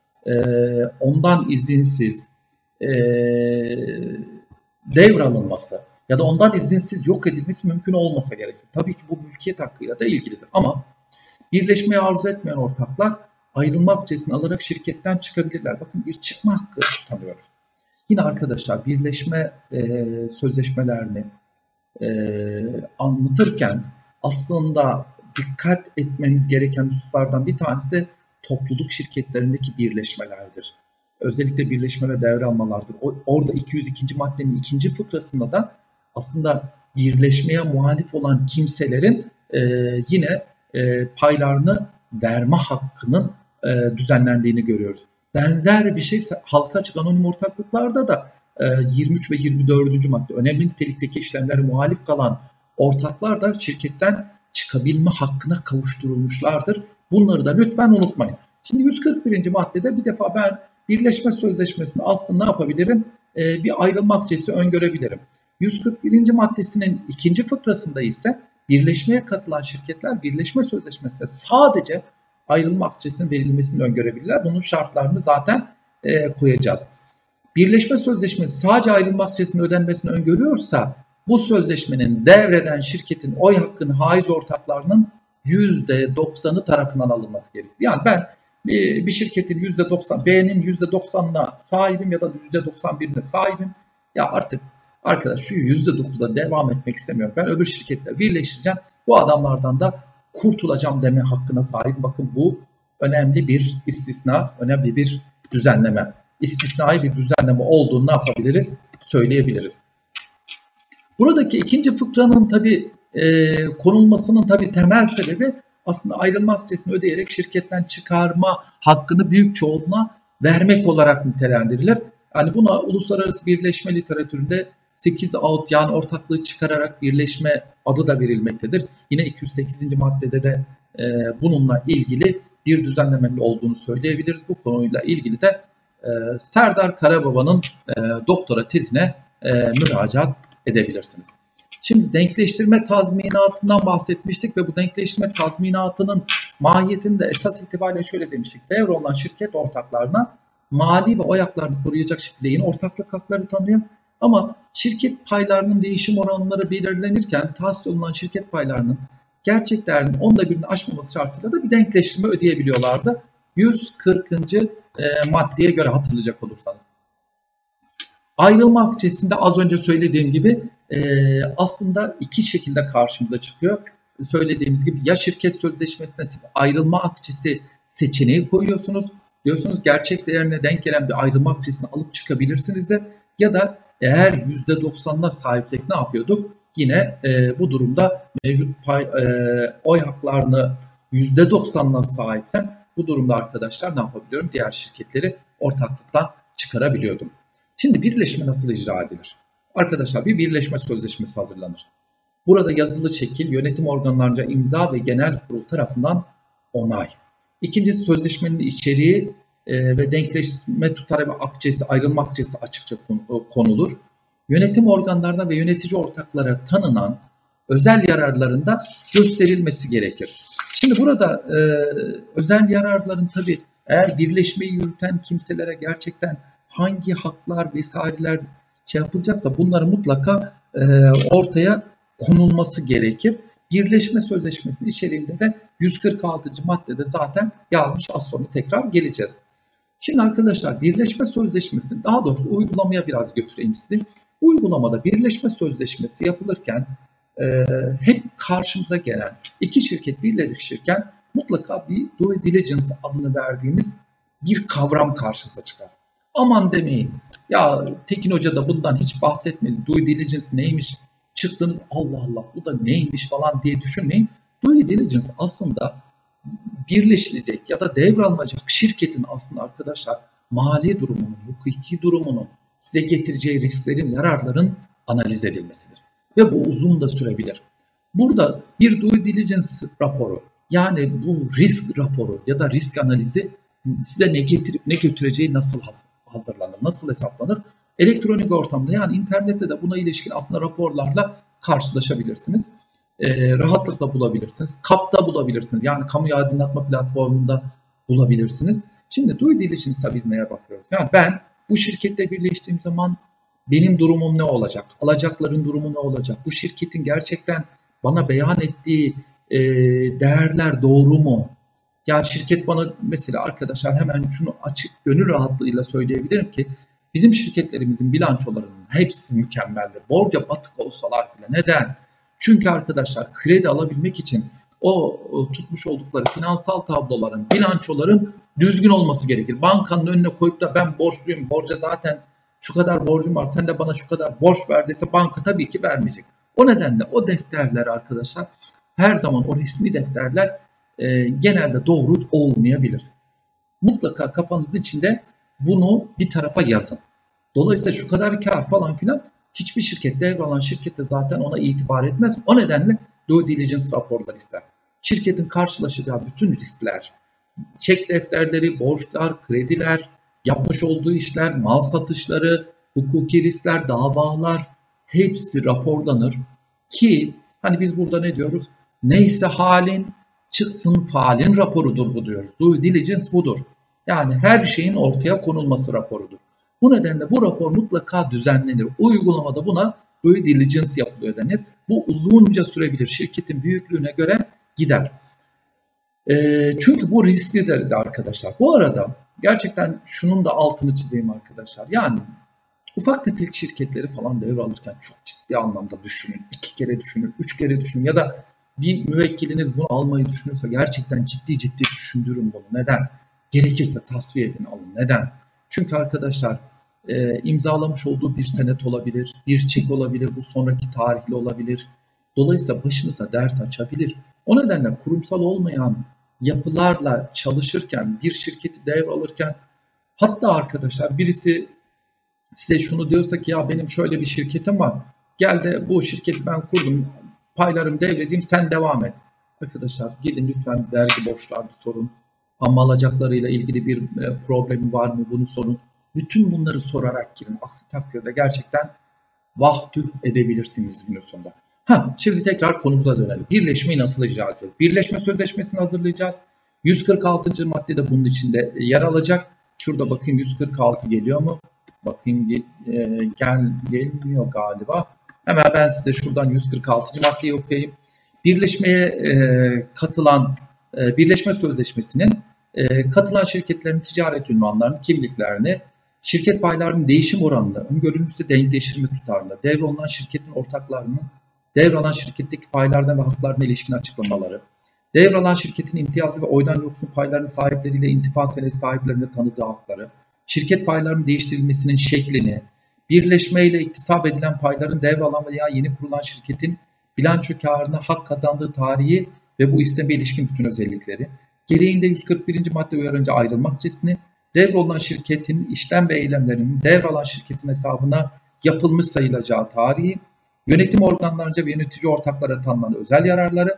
ondan izinsiz devralınması ya da ondan izinsiz yok edilmesi mümkün olmasa gerekir. Tabii ki bu mülkiyet hakkıyla da ilgilidir ama birleşmeyi arzu etmeyen ortaklar ayrılma akçesini alarak şirketten çıkabilirler. Bakın bir çıkma hakkı tanıyoruz. Yine arkadaşlar birleşme sözleşmelerini anlatırken aslında dikkat etmemiz gereken hususlardan bir tanesi de topluluk şirketlerindeki birleşmelerdir. Özellikle birleşme ve devralmalardır. Orada 202. maddenin 2. fıkrasında da aslında birleşmeye muhalif olan kimselerin yine paylarını verme hakkının düzenlendiğini görüyoruz. Benzer bir şey halka açık anonim ortaklıklarda da 23 ve 24. madde önemli nitelikteki işlemlere muhalif kalan ortaklar da şirketten çıkabilme hakkına kavuşturulmuşlardır. Bunları da lütfen unutmayın. Şimdi 141. maddede bir defa ben birleşme sözleşmesinde aslında ne yapabilirim? Bir ayrılma akçesi öngörebilirim. 141. maddesinin 2. fıkrasında ise birleşmeye katılan şirketler birleşme sözleşmesinde sadece ayrılma akçesinin verilmesini öngörebilirler. Bunun şartlarını zaten koyacağız. Birleşme sözleşmesi sadece ayrılma akçesinin ödenmesini öngörüyorsa bu sözleşmenin devreden şirketin oy hakkını haiz ortaklarının %90'ı tarafından alınması gerekir. Yani ben bir şirketin %90, B'nin %90'ına sahibim ya da %91'ine sahibim. Ya artık arkadaş şu %9'da devam etmek istemiyorum. Ben öbür şirketle birleştireceğim. Bu adamlardan da kurtulacağım deme hakkına sahip. Bakın bu önemli bir istisna, önemli bir düzenleme. İstisnai bir düzenleme olduğunu ne yapabiliriz? Söyleyebiliriz. Buradaki ikinci fıkranın tabii konulmasının tabii temel sebebi aslında ayrılma akçesini ödeyerek şirketten çıkarma hakkını büyük çoğunluğa vermek olarak nitelendirilir. Yani buna uluslararası birleşme literatüründe 8 out yani ortaklığı çıkararak birleşme adı da verilmektedir. Yine 208. maddede de bununla ilgili bir düzenlemenin olduğunu söyleyebiliriz. Bu konuyla ilgili de Serdar Karababa'nın doktora tezine müracaat edebilirsiniz. Şimdi denkleştirme tazminatından bahsetmiştik ve bu denkleştirme tazminatının mahiyetini de esas itibariyle şöyle demiştik. Devrolunan şirket ortaklarına mali ve oy haklarını koruyacak şekilde yine ortaklık hakları tanıyor. Ama şirket paylarının değişim oranları belirlenirken tahsis olunan şirket paylarının gerçek değerinin 1/10'ını aşmaması şartıyla da bir denkleştirme ödeyebiliyorlardı. 140. Maddeye göre hatırlayacak olursanız. Ayrılma akçesinde az önce söylediğim gibi aslında iki şekilde karşımıza çıkıyor. Söylediğimiz gibi ya şirket sözleşmesinde siz ayrılma akçesi seçeneği koyuyorsunuz. Diyorsunuz gerçek değerine denk gelen bir ayrılma akçesini alıp çıkabilirsiniz de, ya da eğer %90'ına sahipsek ne yapıyorduk? Yine bu durumda mevcut oy haklarını %90'ına sahipsem bu durumda arkadaşlar ne yapabiliyorum? Diğer şirketleri ortaklıktan çıkarabiliyordum. Şimdi birleşme nasıl icra edilir? Arkadaşlar bir birleşme sözleşmesi hazırlanır. Burada yazılı şekil yönetim organlarınca imza ve genel kurul tarafından onay. İkincisi sözleşmenin içeriği ve denkleşme tutarı ve akçesi, ayrılma akçesi açıkça konulur. Yönetim organlarına ve yönetici ortaklara tanınan özel yararlarında gösterilmesi gerekir. Şimdi burada özel yararların tabii eğer birleşmeyi yürüten kimselere gerçekten hangi haklar vesaireler yapılacaksa bunları mutlaka ortaya konulması gerekir. Birleşme sözleşmesinin içeriğinde de 146. maddede zaten yazmış, az sonra tekrar geleceğiz. Şimdi arkadaşlar birleşme sözleşmesini, daha doğrusu uygulamaya biraz götüreyim sizi. Uygulamada birleşme sözleşmesi yapılırken hep karşımıza gelen iki şirket birleşirken mutlaka bir due diligence adını verdiğimiz bir kavram karşınıza çıkar. Aman demeyin ya, Tekin Hoca da bundan hiç bahsetmedi. Due diligence neymiş? Çıktınız Allah Allah bu da neymiş falan diye düşünmeyin. Due diligence aslında birleşilecek ya da devralınacak şirketin aslında arkadaşlar mali durumunun, hukuki durumunun, size getireceği risklerin, yararların analiz edilmesidir. Ve bu uzun da sürebilir. Burada bir due diligence raporu, yani bu risk raporu ya da risk analizi size ne getirip ne götüreceği nasıl hazırlanır, nasıl hesaplanır? Elektronik ortamda, yani internette de buna ilişkin aslında raporlarla karşılaşabilirsiniz. Rahatlıkla bulabilirsiniz. KAP'ta bulabilirsiniz. Yani kamuya aydınlatma platformunda bulabilirsiniz. Şimdi due diligence'da biz neye bakıyoruz? Yani ben bu şirketle birleştiğim zaman benim durumum ne olacak? Alacakların durumu ne olacak? Bu şirketin gerçekten bana beyan ettiği değerler doğru mu? Yani şirket bana mesela arkadaşlar hemen şunu açık gönül rahatlığıyla söyleyebilirim ki bizim şirketlerimizin bilançolarının hepsi mükemmeldir. Borca batık olsalar bile. Neden? Çünkü arkadaşlar kredi alabilmek için o tutmuş oldukları finansal tabloların, bilançoların düzgün olması gerekir. Bankanın önüne koyup da ben borçluyum, borca zaten şu kadar borcum var, sen de bana şu kadar borç ver dese banka tabii ki vermeyecek. O nedenle o defterler arkadaşlar her zaman, o resmi defterler genelde doğru olmayabilir. Mutlaka kafanızın içinde bunu bir tarafa yazın. Dolayısıyla şu kadar kar falan filan hiçbir şirket, devralan şirket de zaten ona itibar etmez. O nedenle due diligence raporları ister. Şirketin karşılaşacağı bütün riskler, çek defterleri, borçlar, krediler, yapmış olduğu işler, mal satışları, hukuki riskler, davalar hepsi raporlanır ki hani biz burada ne diyoruz? Neyse halin çıksın falin raporudur bu diyoruz. Due diligence budur. Yani her şeyin ortaya konulması raporudur. Bu nedenle bu rapor mutlaka düzenlenir. Uygulamada buna due diligence yapılıyor denir. Bu uzunca sürebilir. Şirketin büyüklüğüne göre gider. Çünkü bu risklidir de arkadaşlar. Bu arada gerçekten şunun da altını çizeyim arkadaşlar. Yani ufak tefek şirketleri falan devralırken çok ciddi anlamda düşünün. 2 kere düşünün, 3 kere düşünün ya da bir müvekkiliniz bunu almayı düşünüyorsa gerçekten ciddi düşündürün bunu. Neden? Gerekirse tasfiye edin, alın. Neden? Çünkü arkadaşlar imzalamış olduğu bir senet olabilir, bir çek olabilir, bu sonraki tarihli olabilir. Dolayısıyla başınıza dert açabilir. O nedenle kurumsal olmayan yapılarla çalışırken, bir şirketi devralırken, hatta arkadaşlar birisi size şunu diyorsa ki ya benim şöyle bir şirketim var, gel de bu şirketi ben kurdum, paylarımı devredeyim, sen devam et. Arkadaşlar gidin lütfen vergi borçlarını sorun. Ama alacaklarıyla ilgili bir problemi var mı bunu sorun. Bütün bunları sorarak girin. Aksi takdirde gerçekten vah tüh edebilirsiniz günün sonunda. Şimdi tekrar konumuza dönelim. Birleşmeyi nasıl icra edeceğiz? Birleşme sözleşmesini hazırlayacağız. 146. madde de bunun içinde yer alacak. Şurada bakayım 146 geliyor mu? Bakayım gelmiyor galiba. Hemen ben size şuradan 146. maddeyi okuyayım. Birleşmeye katılan Birleşme Sözleşmesi'nin katılan şirketlerin ticaret ünvanlarını, kimliklerini, şirket paylarının değişim oranını, öngörülmüşse denkleştirme tutarını, devralınan şirketin ortaklarının devralan şirketteki paylardan ve haklarına ilişkin açıklamaları, devralan şirketin imtiyazlı ve oydan yoksun paylarının sahipleriyle intifa senedi sahiplerine tanıdığı hakları, şirket paylarının değiştirilmesinin şeklini, birleşmeyle iktisap edilen payların devralan veya yeni kurulan şirketin bilanço kârına hak kazandığı tarihi ve bu isteme ilişkin bütün özellikleri, gereğinde 141. madde uyarınca ayrılmak cesini, devrolunan şirketin işlem ve eylemlerinin devralan şirketin hesabına yapılmış sayılacağı tarihi, yönetim organlarınca ve yönetici ortaklara tanınan özel yararları,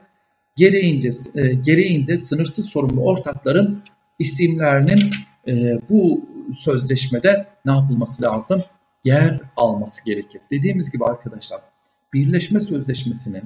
gereğinde sınırsız sorumlu ortakların isimlerinin bu sözleşmede ne yapılması lazım? Yer alması gerekir. Dediğimiz gibi arkadaşlar, Birleşme Sözleşmesi'nin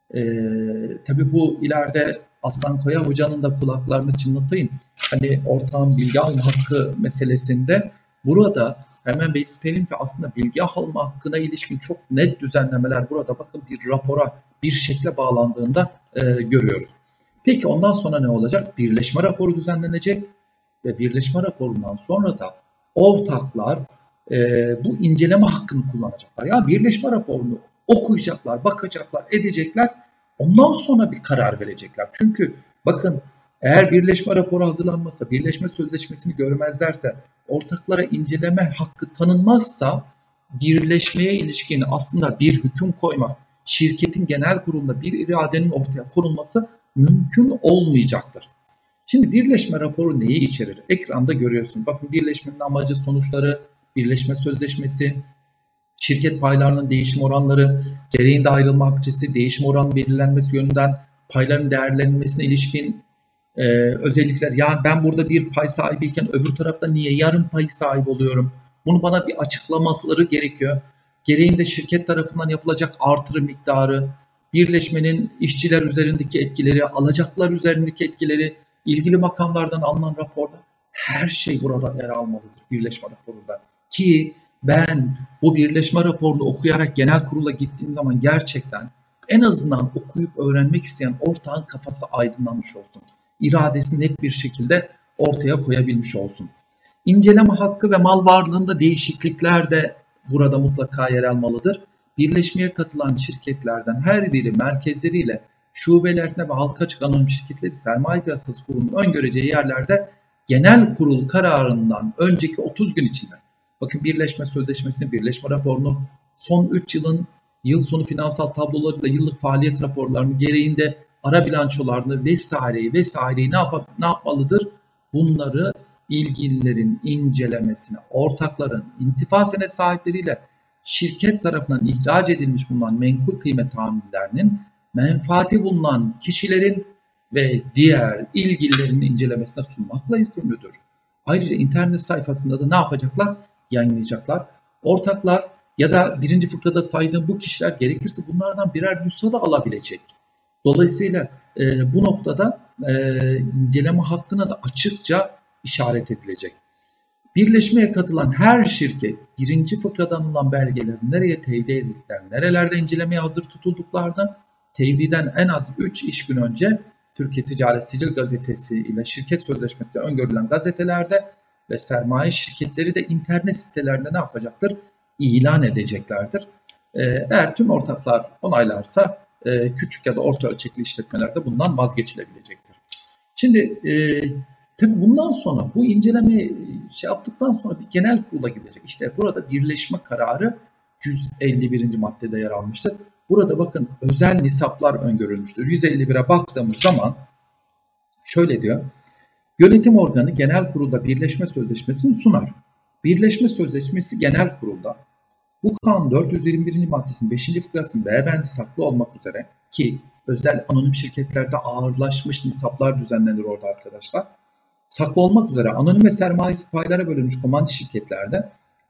tabii bu ileride Aslan Koya Hoca'nın da kulaklarını çınlatayım. Hani ortağın bilgi alma hakkı meselesinde burada hemen belirtelim ki aslında bilgi alma hakkına ilişkin çok net düzenlemeler burada bakın bir rapora, bir şekle bağlandığında görüyoruz. Peki ondan sonra ne olacak? Birleşme raporu düzenlenecek ve birleşme raporundan sonra da ortaklar bu inceleme hakkını kullanacaklar. Ya birleşme raporunu okuyacaklar, bakacaklar, edecekler. Ondan sonra bir karar verecekler. Çünkü bakın eğer birleşme raporu hazırlanmazsa, birleşme sözleşmesini görmezlerse, ortaklara inceleme hakkı tanınmazsa birleşmeye ilişkin aslında bir hüküm koymak, şirketin genel kurulunda bir iradenin ortaya konulması mümkün olmayacaktır. Şimdi birleşme raporu neyi içerir? Ekranda görüyorsun. Bakın birleşmenin amacı, sonuçları, birleşme sözleşmesi, şirket paylarının değişim oranları, gereğinde ayrılma akçesi, değişim oranı belirlenmesi yönünden payların değerlenmesine ilişkin özellikler. Yani ben burada bir pay sahibiyken öbür tarafta niye yarım pay sahibi oluyorum? Bunu bana bir açıklamaları gerekiyor. Gereğinde şirket tarafından yapılacak artırım miktarı, birleşmenin işçiler üzerindeki etkileri, alacaklar üzerindeki etkileri, ilgili makamlardan alınan raporlar, her şey burada yer almalıdır birleşme raporunda. Ki ben bu birleşme raporunu okuyarak genel kurula gittiğim zaman gerçekten en azından okuyup öğrenmek isteyen ortağın kafası aydınlanmış olsun. İradesini net bir şekilde ortaya koyabilmiş olsun. İnceleme hakkı ve mal varlığında değişiklikler de burada mutlaka yer almalıdır. Birleşmeye katılan şirketlerden her biri merkezleriyle şubelerine ve halka açık anonim şirketleri sermaye piyasası kurulunun öngöreceği yerlerde genel kurul kararından önceki 30 gün içinde, bakın birleşme sözleşmesini, birleşme raporunu, son 3 yılın yıl sonu finansal tablolarıyla yıllık faaliyet raporlarını, gereğinde ara bilançolarını vesaireyi ne yapmalıdır? Bunları ilgililerin incelemesine, ortakların, intifa senet sahipleriyle şirket tarafından ihraç edilmiş bulunan menkul kıymet tahminlerinin menfaati bulunan kişilerin ve diğer ilgililerin incelemesine sunmakla yükümlüdür. Ayrıca internet sayfasında da ne yapacaklar? Yayınlayacaklar. Ortaklar ya da birinci fıkrada saydığım bu kişiler gerekirse bunlardan birer nüsha da alabilecek. Dolayısıyla bu noktada inceleme hakkına da açıkça işaret edilecek. Birleşmeye katılan her şirket birinci fıkradan alınan belgelerin nereye tevdi edildiklerini, nerelerde incelemeye hazır tutulduklarını, tevdiden en az 3 iş gün önce Türkiye Ticaret Sicil Gazetesi ile şirket sözleşmesi öngörülen gazetelerde ve sermaye şirketleri de internet sitelerinde ne yapacaktır? İlan edeceklerdir. Eğer tüm ortaklar onaylarsa küçük ya da orta ölçekli işletmelerde bundan vazgeçilebilecektir. Şimdi tabii bundan sonra bu incelemeyi yaptıktan sonra bir genel kurula gidecek. İşte burada birleşme kararı 151. maddede yer almıştır. Burada bakın özel nisaplar öngörülmüştür. 151'e baktığımız zaman şöyle diyor. Yönetim organı genel kurulda birleşme sözleşmesini sunar. Birleşme sözleşmesi genel kurulda bu kanun 421. maddesinin 5. fıkrasının B bendi saklı olmak üzere ki özel anonim şirketlerde ağırlaşmış nisaplar düzenlenir orada arkadaşlar. Saklı olmak üzere anonim ve sermayesi paylara bölünmüş komandi şirketlerde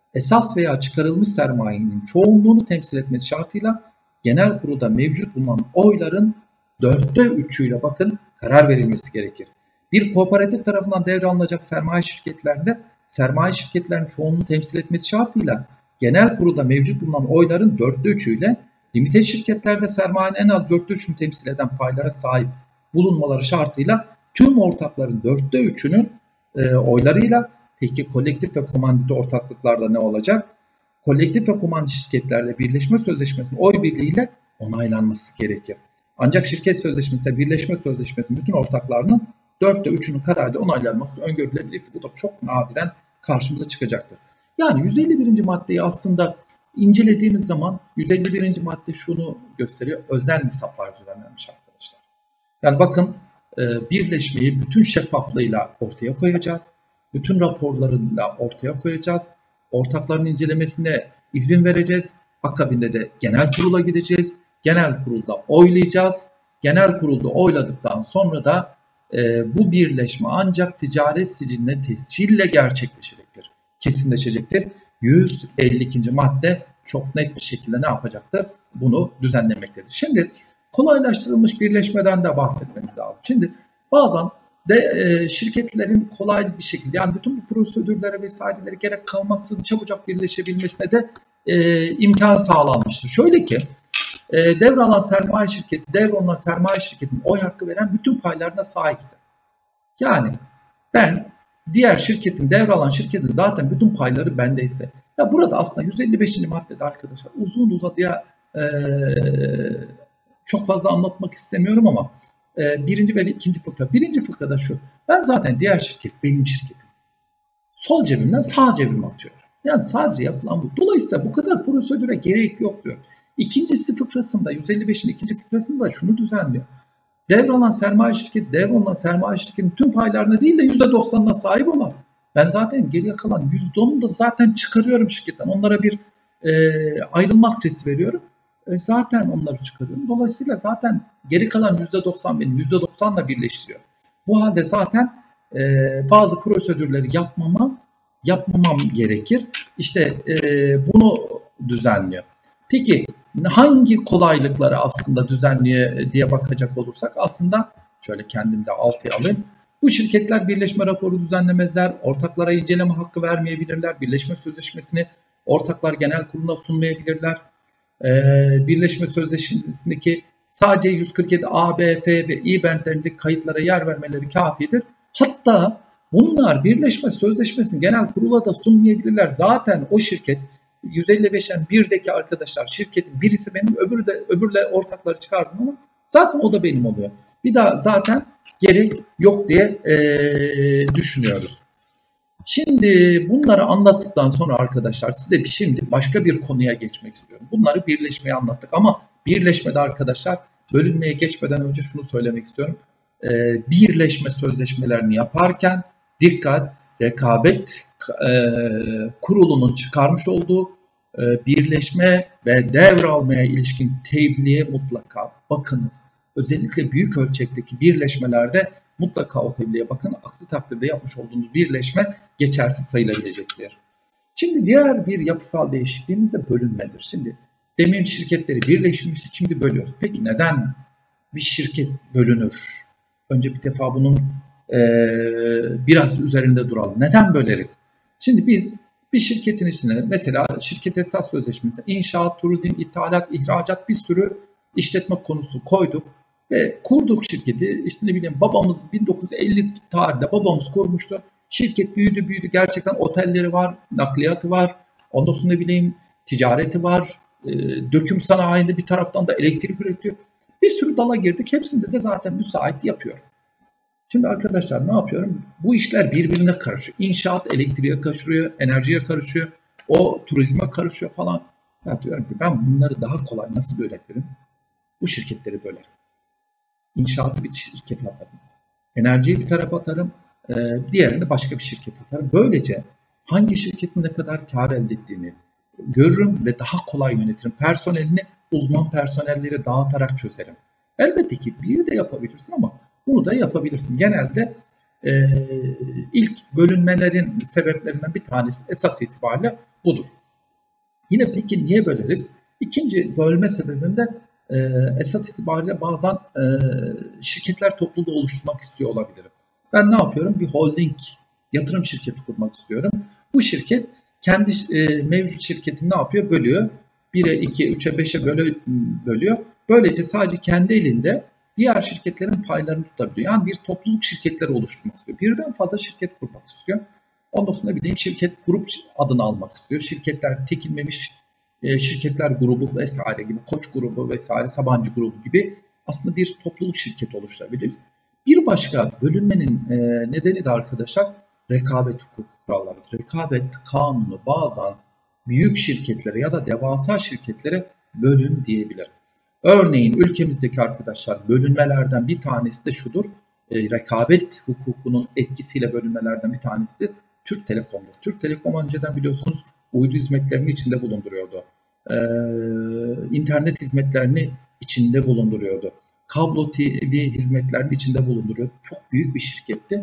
esas veya çıkarılmış sermayenin çoğunluğunu temsil etmesi şartıyla genel kurulda mevcut bulunan oyların 3'üyle bakın karar verilmesi gerekir. Bir kooperatif tarafından devralınacak sermaye şirketlerde sermaye şirketlerinin çoğunluğunu temsil etmesi şartıyla genel kurulda mevcut bulunan oyların 3'üyle limited şirketlerde sermayenin en az 3'ünü temsil eden paylara sahip bulunmaları şartıyla tüm ortakların 3'ünün oylarıyla. Peki kolektif ve komandite ortaklıklarda ne olacak? Kolektif ve komandite şirketlerde birleşme sözleşmesinin oy birliğiyle onaylanması gerekir. Ancak şirket sözleşmesi, birleşme sözleşmesinin bütün ortaklarının 3'ünün kararıyla onaylanması öngörülebilir ki bu da çok nadiren karşımıza çıkacaktır. Yani 151. maddeyi aslında incelediğimiz zaman 151. madde şunu gösteriyor. Özel nisaplar düzenlenmiş arkadaşlar. Yani bakın birleşmeyi bütün şeffaflığıyla ortaya koyacağız. Bütün raporlarıyla ortaya koyacağız. Ortakların incelemesine izin vereceğiz. Akabinde de genel kurula gideceğiz. Genel kurulda oylayacağız. Genel kurulda oyladıktan sonra da bu birleşme ancak ticaret siciline tescille gerçekleşecektir. Kesinleşecektir. 152. madde çok net bir şekilde ne yapacaktır? Bunu düzenlemektedir. Şimdi kolaylaştırılmış birleşmeden de bahsetmemiz lazım. Şimdi bazen de şirketlerin kolay bir şekilde yani bütün bu prosedürlere vesairelere gerek kalmaksızın çabucak birleşebilmesine de imkan sağlanmıştır. Şöyle ki devralan sermaye şirketi, devrolunan sermaye şirketinin oy hakkı veren bütün paylarına sahipse. Yani ben diğer şirketin, devralan şirketin zaten bütün payları bendeyse. Ya burada aslında 155. maddede arkadaşlar uzun uzadıya çok fazla anlatmak istemiyorum ama birinci ve ikinci fıkra. Birinci fıkrada şu. Ben zaten diğer şirket benim şirketim. Sol cebimden sağ cebime atıyorum. Yani sadece yapılan bu. Dolayısıyla bu kadar prosedüre gerek yok diyor. İkincisi fıkrasında 155'in ikinci fıkrasında şunu düzenliyor. Devralan sermaye şirketi, devrolunan sermaye şirketinin tüm paylarına değil de %90'ına sahip ama ben zaten geriye kalan %10'unu da zaten çıkarıyorum şirketten. Onlara bir ayrılma akçesi veriyorum. Zaten onları çıkarıyorum. Dolayısıyla zaten geri kalan %90 benim %90'la birleştiriyor. Bu halde zaten bazı prosedürleri yapmamam gerekir. İşte bunu düzenliyor. Peki hangi kolaylıkları aslında düzenliyor diye bakacak olursak aslında şöyle kendimde altıya alayım. Bu şirketler birleşme raporu düzenlemezler, ortaklara inceleme hakkı vermeyebilirler, birleşme sözleşmesini ortaklar genel kuruluna sunmayabilirler. Birleşme sözleşmesindeki sadece 147 A, B, F ve I bentlerindeki kayıtlara yer vermeleri kafidir. Hatta bunlar birleşme sözleşmesini genel kurula da sunmayabilirler. Zaten o şirket 155'en 1'deki arkadaşlar şirketin birisi benim öbürle ortakları çıkardım ama zaten o da benim oluyor. Bir daha zaten gerek yok diye düşünüyoruz. Şimdi bunları anlattıktan sonra arkadaşlar size şimdi başka bir konuya geçmek istiyorum. Bunları birleşmeyi anlattık ama birleşmede arkadaşlar bölünmeye geçmeden önce şunu söylemek istiyorum. Birleşme sözleşmelerini yaparken dikkat, rekabet kurulunun çıkarmış olduğu birleşme ve devralmaya ilişkin tebliğe mutlaka bakınız. Özellikle büyük ölçekteki birleşmelerde mutlaka o tebliğe bakın. Aksi takdirde yapmış olduğunuz birleşme geçersiz sayılabilecektir. Şimdi diğer bir yapısal değişikliğimiz de bölünmedir. Şimdi demin şirketleri birleştirmiştik, şimdi bölüyoruz. Peki neden bir şirket bölünür? Önce bir defa bunun biraz üzerinde duralım. Neden böleriz? Şimdi biz bir şirketin içine mesela şirket esas sözleşmesi, inşaat, turizm, ithalat, ihracat bir sürü işletme konusu koyduk. Ve kurduk şirketi. İşte ne bileyim babamız 1950 tarihinde babamız kurmuştu. Şirket büyüdü. Gerçekten otelleri var, nakliyatı var. Ondan sonra ne bileyim ticareti var. Döküm sanayinde bir taraftan da elektrik üretiyor. Bir sürü dala girdik. Hepsinde de zaten müsait yapıyor. Şimdi arkadaşlar ne yapıyorum? Bu işler birbirine karışıyor. İnşaat elektriğe karışıyor, enerjiye karışıyor. O turizme karışıyor falan. Ya diyorum ki ben bunları daha kolay nasıl üretirim? Bu şirketleri bölerim. İnşaatı bir şirkete atarım. Enerjiyi bir tarafa atarım. Diğerini başka bir şirkete atarım. Böylece hangi şirketin ne kadar kar elde ettiğini görürüm ve daha kolay yönetirim. Personelini uzman personelleri dağıtarak çözerim. Elbette ki bir de yapabilirsin ama bunu da yapabilirsin. Genelde ilk bölünmelerin sebeplerinden bir tanesi esas itibariyle budur. Yine peki niye böleriz? İkinci bölme sebebinde esas itibariyle bazen şirketler topluluğu oluşturmak istiyor olabilirim. Ben ne yapıyorum? Bir holding yatırım şirketi kurmak istiyorum. Bu şirket kendi mevcut şirketini ne yapıyor? Bölüyor. 1'e, 2'ye, 3'e, 5'e bölüyor. Böylece sadece kendi elinde diğer şirketlerin paylarını tutabiliyor. Yani bir topluluk şirketleri oluşturmak istiyor. Birden fazla şirket kurmak istiyor. Ondan sonra bir de şirket grup adını almak istiyor. Şirketler tekinmemiş şirketler grubu vesaire gibi, Koç grubu vesaire, Sabancı grubu gibi aslında bir topluluk şirketi oluşturabiliriz. Bir başka bölünmenin nedeni de arkadaşlar rekabet hukuku kurallarıdır. Rekabet kanunu bazen büyük şirketlere ya da devasa şirketlere bölün diyebilir. Örneğin ülkemizdeki arkadaşlar bölünmelerden bir tanesi de şudur. Rekabet hukukunun etkisiyle bölünmelerden bir tanesi de Türk Telekom'dur. Türk Telekom önceden biliyorsunuz uydu hizmetlerini içinde bulunduruyordu. İnternet hizmetlerini içinde bulunduruyordu. Kablo TV hizmetlerini içinde bulunduruyordu. Çok büyük bir şirketti.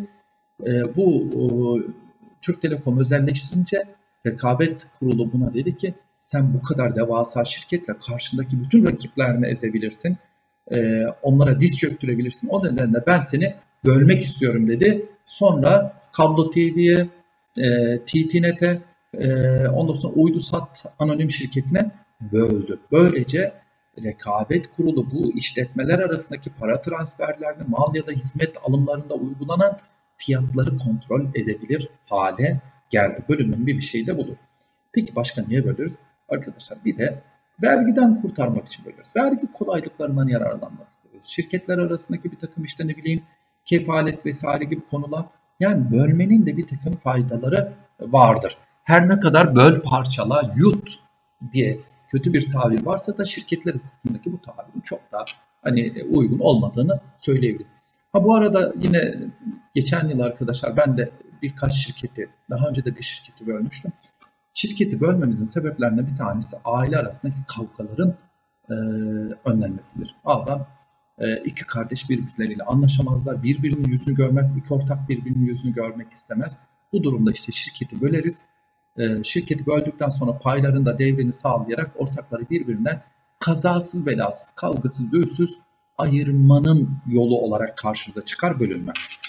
Bu Türk Telekom özelleştirince rekabet kurulu buna dedi ki sen bu kadar devasa şirketle karşındaki bütün rakiplerini ezebilirsin. Onlara diz çöktürebilirsin. O nedenle ben seni bölmek istiyorum dedi. Sonra Kablo TV'ye, TTNet'e, ondan sonra Uydusat anonim şirketine böldü. Böylece rekabet kurulu bu işletmeler arasındaki para transferlerini, mal ya da hizmet alımlarında uygulanan fiyatları kontrol edebilir hale geldi. Bölünmenin bir şeyi de budur. Peki başka niye bölürüz? Arkadaşlar bir de vergiden kurtarmak için bölürüz. Vergi kolaylıklarından yararlanmak isteriz. Şirketler arasındaki bir takım işte ne bileyim kefalet vesaire gibi konular. Yani bölmenin de bir takım faydaları vardır. Her ne kadar böl parçala yut diye kötü bir tabir varsa da şirketler hukukundaki bu tabirin çok daha uygun olmadığını söyleyebiliriz. Bu arada yine geçen yıl arkadaşlar ben de birkaç şirketi, daha önce de bir şirketi bölmüştüm. Şirketi bölmemizin sebeplerinden bir tanesi aile arasındaki kavgaların önlenmesidir. Bazen iki kardeş birbirleriyle anlaşamazlar, birbirinin yüzünü görmez, iki ortak birbirinin yüzünü görmek istemez. Bu durumda işte şirketi böleriz. Şirketi böldükten sonra payların da devrini sağlayarak ortakları birbirinden kazasız belasız, kavgasız, dövüşsüz ayırmanın yolu olarak karşımıza çıkar bölünme.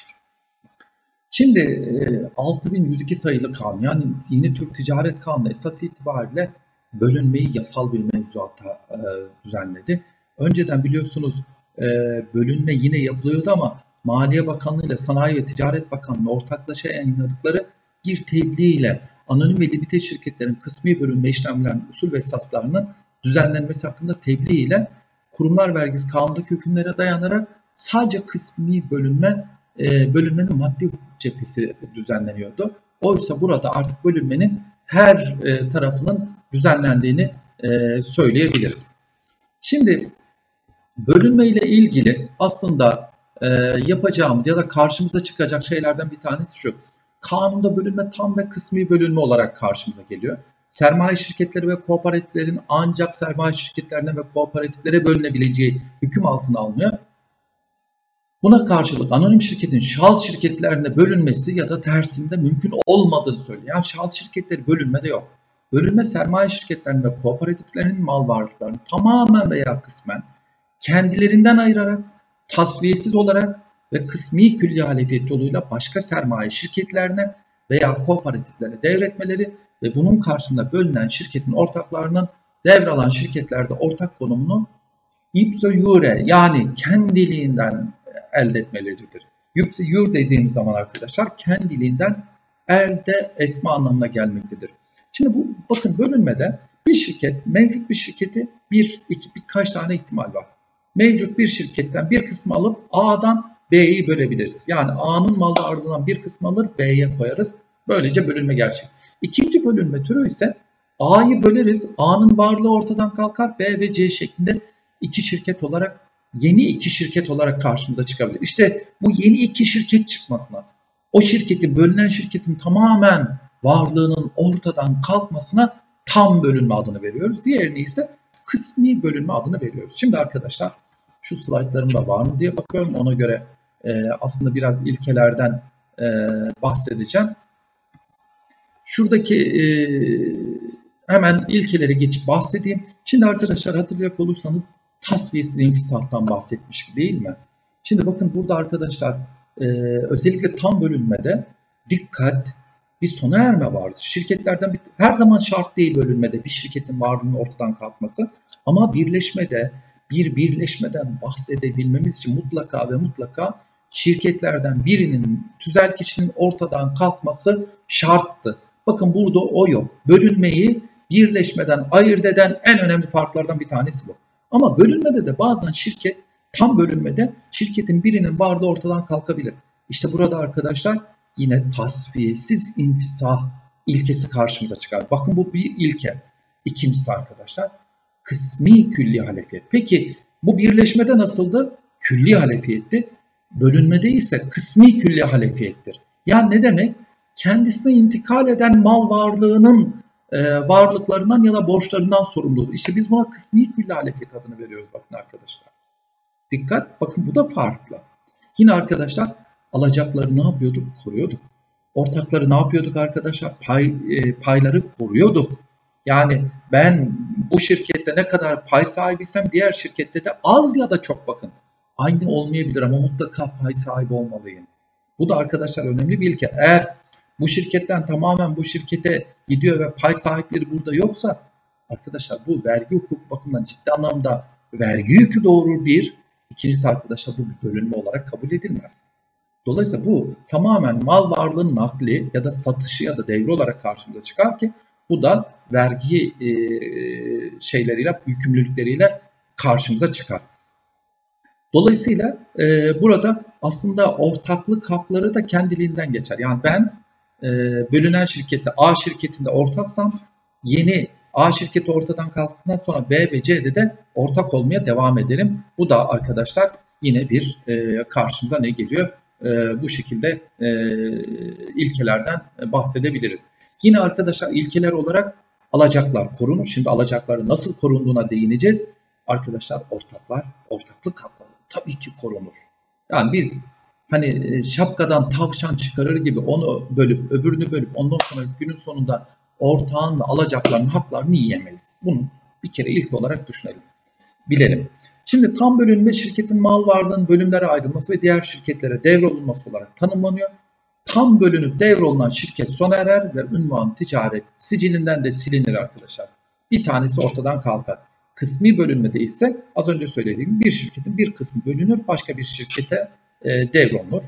Şimdi 6102 sayılı kanun yani Yeni Türk Ticaret Kanunu esas itibariyle bölünmeyi yasal bir mevzuata düzenledi. Önceden biliyorsunuz bölünme yine yapılıyordu ama Maliye Bakanlığı ile Sanayi ve Ticaret Bakanlığı ortaklaşa yayınladıkları bir tebliğ ile anonim ve limite şirketlerin kısmi bölünme işlemlerinin usul ve esaslarının düzenlenmesi hakkında tebliğ ile kurumlar vergisi kanundaki hükümlere dayanarak sadece kısmi bölünmenin maddi hukuk cephesi düzenleniyordu. Oysa burada artık bölünmenin her tarafının düzenlendiğini söyleyebiliriz. Şimdi bölünme ile ilgili aslında yapacağımız ya da karşımıza çıkacak şeylerden bir tanesi şu. Kanunda bölünme tam ve kısmi bölünme olarak karşımıza geliyor. Sermaye şirketleri ve kooperatiflerin ancak sermaye şirketlerine ve kooperatiflere bölünebileceği hüküm altına alınıyor. Buna karşılık anonim şirketin şahıs şirketlerine bölünmesi ya da tersinde mümkün olmadığını söylüyor. Yani şahıs şirketleri bölünmede yok. Bölünme sermaye şirketlerinin ve kooperatiflerinin mal varlıklarını tamamen veya kısmen kendilerinden ayırarak, tasfiyesiz olarak ve kısmi külli halefiyet yoluyla başka sermaye şirketlerine veya kooperatiflere devretmeleri ve bunun karşısında bölünen şirketin ortaklarının devralan şirketlerde ortak konumunu ipso iure yani kendiliğinden elde etmeleridir. Ipso iure dediğimiz zaman arkadaşlar kendiliğinden elde etme anlamına gelmektedir. Şimdi bakın bölünmede bir şirket, mevcut bir şirketi birkaç tane ihtimal var. Mevcut bir şirketten bir kısmı alıp A'dan B'yi bölebiliriz. Yani A'nın malı ardından bir kısmı alır B'ye koyarız. Böylece bölünme gerçek. İkinci bölünme türü ise A'yı böleriz. A'nın varlığı ortadan kalkar. B ve C şeklinde yeni iki şirket olarak karşımıza çıkabilir. İşte bu yeni iki şirket çıkmasına, o bölünen şirketin tamamen varlığının ortadan kalkmasına tam bölünme adını veriyoruz. Diğerini ise kısmi bölünme adını veriyoruz. Şimdi arkadaşlar şu slaytlarımda var mı diye bakıyorum. Ona göre aslında biraz ilkelerden bahsedeceğim. Şuradaki hemen ilkeleri geçip bahsedeyim. Şimdi arkadaşlar hatırlayacak olursanız tasfiyesiz infisahtan bahsetmiştik değil mi? Şimdi bakın burada arkadaşlar özellikle tam bölünmede dikkat, bir sona erme vardır. Şirketlerden her zaman şart değil bölünmede bir şirketin varlığının ortadan kalkması. Ama birleşmede bir birleşmeden bahsedebilmemiz için mutlaka ve mutlaka şirketlerden birinin, tüzel kişinin ortadan kalkması şarttı. Bakın burada o yok. Bölünmeyi birleşmeden ayırt eden en önemli farklardan bir tanesi bu. Ama bölünmede de bazen şirket, tam bölünmede şirketin birinin varlığı ortadan kalkabilir. İşte burada arkadaşlar yine tasfiyesiz infisah ilkesi karşımıza çıkar. Bakın bu bir ilke. İkincisi arkadaşlar kısmi külli halefiyet. Peki bu birleşmede nasıldı? Külli halefiyetti. Bölünmede ise kısmi külli halefiyettir. Yani ne demek? Kendisine intikal eden mal varlığının varlıklarından ya da borçlarından sorumludur. İşte biz buna kısmi külli halefiyet adını veriyoruz bakın arkadaşlar. Dikkat, bakın bu da farklı. Yine arkadaşlar alacakları ne yapıyorduk? Koruyorduk. Ortakları ne yapıyorduk arkadaşlar? Payları koruyorduk. Yani ben bu şirkette ne kadar pay sahibiysem diğer şirkette de az ya da çok bakın. Aynı olmayabilir ama mutlaka pay sahibi olmalıyım. Bu da arkadaşlar önemli bir ilke. Eğer bu şirketten tamamen bu şirkete gidiyor ve pay sahipleri burada yoksa arkadaşlar bu vergi hukuku bakımından ciddi anlamda vergi yükü doğurur bir. İkincisi arkadaşlar bu bir bölünme olarak kabul edilmez. Dolayısıyla bu tamamen mal varlığının nakli ya da satışı ya da devri olarak karşımıza çıkar ki bu da vergi şeyleriyle, yükümlülükleriyle karşımıza çıkar. Dolayısıyla burada aslında ortaklık hakları da kendiliğinden geçer. Yani ben bölünen şirkette A şirketinde ortaksam yeni A şirketi ortadan kalktıktan sonra B ve C'de de ortak olmaya devam ederim. Bu da arkadaşlar yine bir karşımıza ne geliyor? Bu şekilde ilkelerden bahsedebiliriz. Yine arkadaşlar ilkeler olarak alacaklar korunur. Şimdi alacakları nasıl korunduğuna değineceğiz. Arkadaşlar ortaklık hakları tabii ki korunur. Yani biz hani şapkadan tavşan çıkarır gibi onu bölüp öbürünü bölüp ondan sonra günün sonunda ortağın ve alacaklarının haklarını yiyemeyiz. Bunu bir kere ilk olarak düşünelim, bilelim. Şimdi tam bölünme şirketin mal varlığının bölümlere ayrılması ve diğer şirketlere devrolunması olarak tanımlanıyor. Tam bölünüp devrolunan şirket sona erer ve unvan ticaret sicilinden de silinir arkadaşlar. Bir tanesi ortadan kalkar. Kısmi bölünmede ise az önce söylediğim bir şirketin bir kısmı bölünür, başka bir şirkete devrolunur.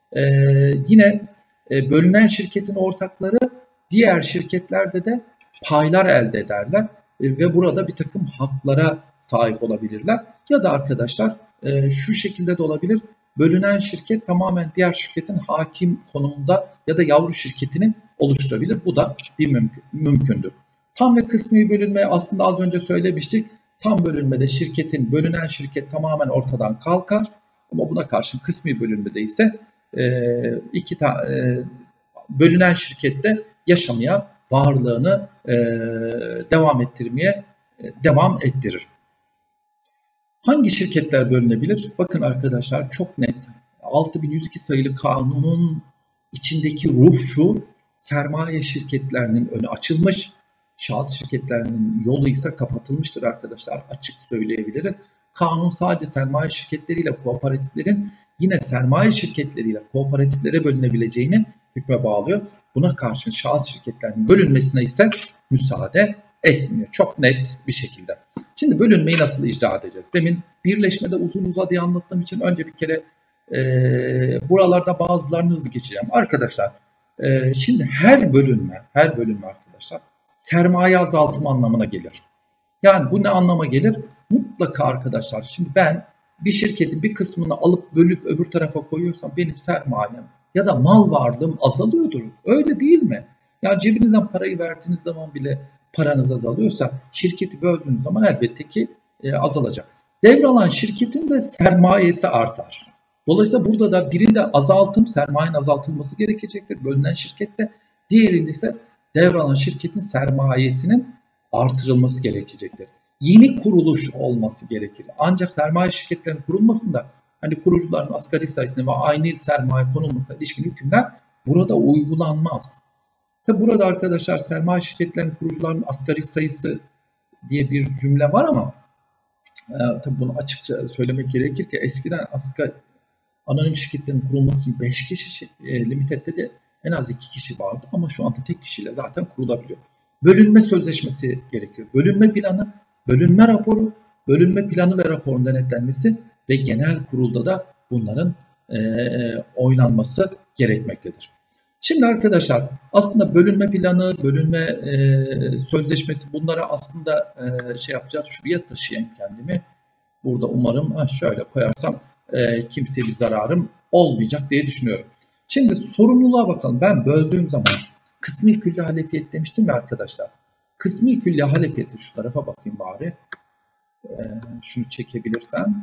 Yine bölünen şirketin ortakları diğer şirketlerde de paylar elde ederler ve burada bir takım haklara sahip olabilirler. Ya da arkadaşlar şu şekilde de olabilir. Bölünen şirket tamamen diğer şirketin hakim konumunda ya da yavru şirketini oluşturabilir. Bu da bir mümkündür. Tam ve kısmi bölünme aslında az önce söylemiştik. Tam bölünmede bölünen şirket tamamen ortadan kalkar. Ama buna karşın kısmi bölünmede ise bölünen şirkette yaşamaya, varlığını devam ettirmeye devam ettirir. Hangi şirketler bölünebilir? Bakın arkadaşlar çok net. 6102 sayılı kanunun içindeki ruh şu: sermaye şirketlerinin önü açılmış, şahıs şirketlerinin yolu ise kapatılmıştır arkadaşlar. Açık söyleyebiliriz. Kanun sadece sermaye şirketleriyle kooperatiflerin yine sermaye şirketleriyle kooperatiflere bölünebileceğini hükme bağlıyor. Buna karşın şahıs şirketlerinin bölünmesine ise müsaade etmiyor. Çok net bir şekilde. Şimdi bölünmeyi nasıl icra edeceğiz? Demin birleşmede uzun uzadıya anlattığım için önce bir kere buralarda bazılarını hızlı geçeceğim. Arkadaşlar şimdi her bölünme arkadaşlar sermaye azaltımı anlamına gelir. Yani bu ne anlama gelir? Mutlaka arkadaşlar şimdi ben bir şirketin bir kısmını alıp bölüp öbür tarafa koyuyorsam benim sermayem ya da mal varlığım azalıyordur. Öyle değil mi? Yani cebinizden parayı verdiğiniz zaman bile paranız azalıyorsa şirketi böldüğünüz zaman elbette ki azalacak. Devralan şirketin de sermayesi artar. Dolayısıyla burada da birinde sermayenin azaltılması gerekecektir bölünen şirkette. Diğerinde ise devralan şirketin sermayesinin artırılması gerekecektir. Yeni kuruluş olması gerekir. Ancak sermaye şirketlerinin kurulmasında hani kurucuların asgari sayısına ve aynı sermaye konulmasına ilişkin hükümler burada uygulanmaz. Tabi burada arkadaşlar sermaye şirketlerinin kurucuların asgari sayısı diye bir cümle var ama tabi bunu açıkça söylemek gerekir ki eskiden anonim şirketlerin kurulması için 5 kişi limitette de en az 2 kişi vardı ama şu anda tek kişiyle zaten kurulabiliyor. Bölünme sözleşmesi gerekiyor. Bölünme planı, bölünme raporu, bölünme planı ve raporun denetlenmesi ve genel kurulda da bunların oylanması gerekmektedir. Şimdi arkadaşlar aslında bölünme planı, bölünme sözleşmesi bunlara aslında şey yapacağız. Şuraya taşıyayım kendimi. Burada umarım şöyle koyarsam kimseye bir zararım olmayacak diye düşünüyorum. Şimdi sorumluluğa bakalım. Ben böldüğüm zaman kısmi külli halefiyet demiştim ya arkadaşlar. Kısmi külli halefiyeti şu tarafa bakayım bari. Şunu çekebilirsem.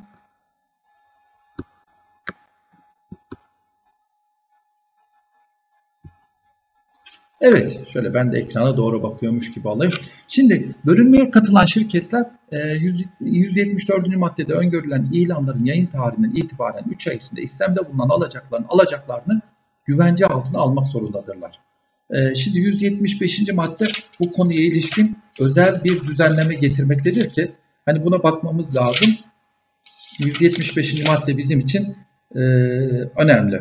Evet, şöyle ben de ekrana doğru bakıyormuş gibi alayım. Şimdi bölünmeye katılan şirketler 174. maddede öngörülen ilanların yayın tarihinden itibaren 3 ay içinde istemde bulunan alacaklarını güvence altına almak zorundadırlar. Şimdi 175. madde bu konuya ilişkin özel bir düzenleme getirmektedir ki hani buna bakmamız lazım. 175. madde bizim için önemli.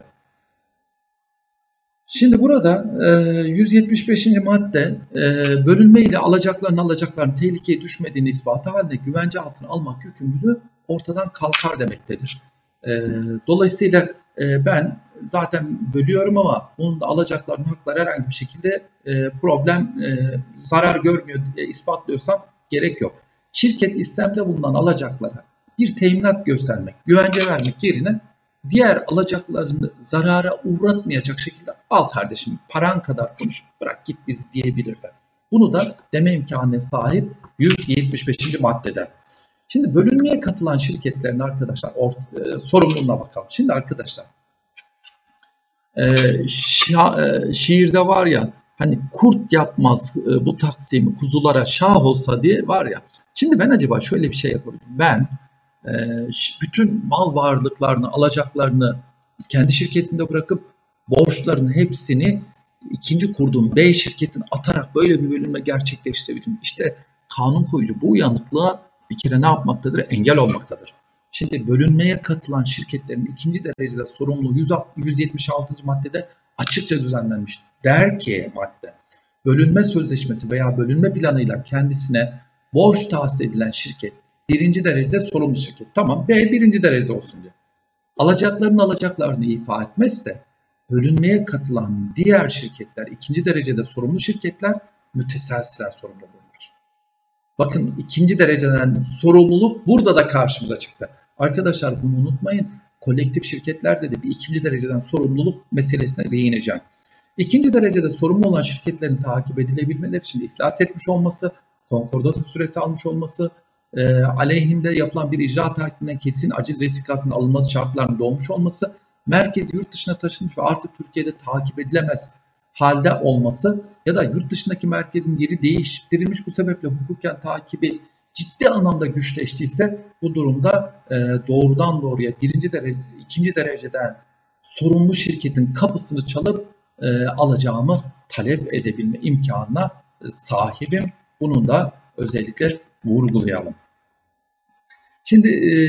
Şimdi burada 175. madde bölünme ile alacakların tehlikeye düşmediğini ispatı halinde güvence altına almak yükümlülüğü ortadan kalkar demektedir. Dolayısıyla ben zaten bölüyorum ama bunun da alacakların hakları herhangi bir şekilde zarar görmüyor diye ispatlıyorsam gerek yok. Şirket istemde bulunan alacaklara bir teminat göstermek, güvence vermek yerine diğer alacaklarını zarara uğratmayacak şekilde al kardeşim paran kadar konuş bırak git biz diyebilirler. Bunu da deme imkanına sahip 175. maddede. Şimdi bölünmeye katılan şirketlerin arkadaşlar sorumluluğuna bakalım. Şimdi arkadaşlar şiirde var ya hani kurt yapmaz bu taksimi kuzulara şah olsa diye var ya. Şimdi ben acaba şöyle bir şey yapabilirim. Ben bütün mal varlıklarını, alacaklarını kendi şirketinde bırakıp borçlarının hepsini ikinci kurduğum B şirketine atarak böyle bir bölünme gerçekleştirebilirim. İşte kanun koyucu bu uyanıklığa bir kere ne yapmaktadır? Engel olmaktadır. Şimdi bölünmeye katılan şirketlerin ikinci derecede sorumluluğu 176. maddede açıkça düzenlenmiş. Der ki madde, bölünme sözleşmesi veya bölünme planıyla kendisine borç tahsis edilen şirket birinci derecede sorumlu şirket. Tamam B birinci derecede olsun diyor. Alacaklarını ifa etmezse bölünmeye katılan diğer şirketler ikinci derecede sorumlu şirketler müteselsilen sorumluluklar. Bakın ikinci dereceden sorumluluk burada da karşımıza çıktı. Arkadaşlar bunu unutmayın. Kolektif şirketlerde de bir ikinci dereceden sorumluluk meselesine değineceğim. İkinci derecede sorumlu olan şirketlerin takip edilebilmeleri için iflas etmiş olması, konkordata süresi almış olması, aleyhinde yapılan bir icra takibinden kesin aciz vesikasının alınması şartlarının doğmuş olması, merkez yurt dışına taşınmış ve artık Türkiye'de takip edilemez halde olması ya da yurt dışındaki merkezin yeri değiştirilmiş bu sebeple hukuken takibi ciddi anlamda güçleştiyse bu durumda doğrudan doğruya ikinci dereceden sorumlu şirketin kapısını çalıp alacağımı talep edebilme imkanına sahibim. Bunun da özellikle vurgulayalım. Şimdi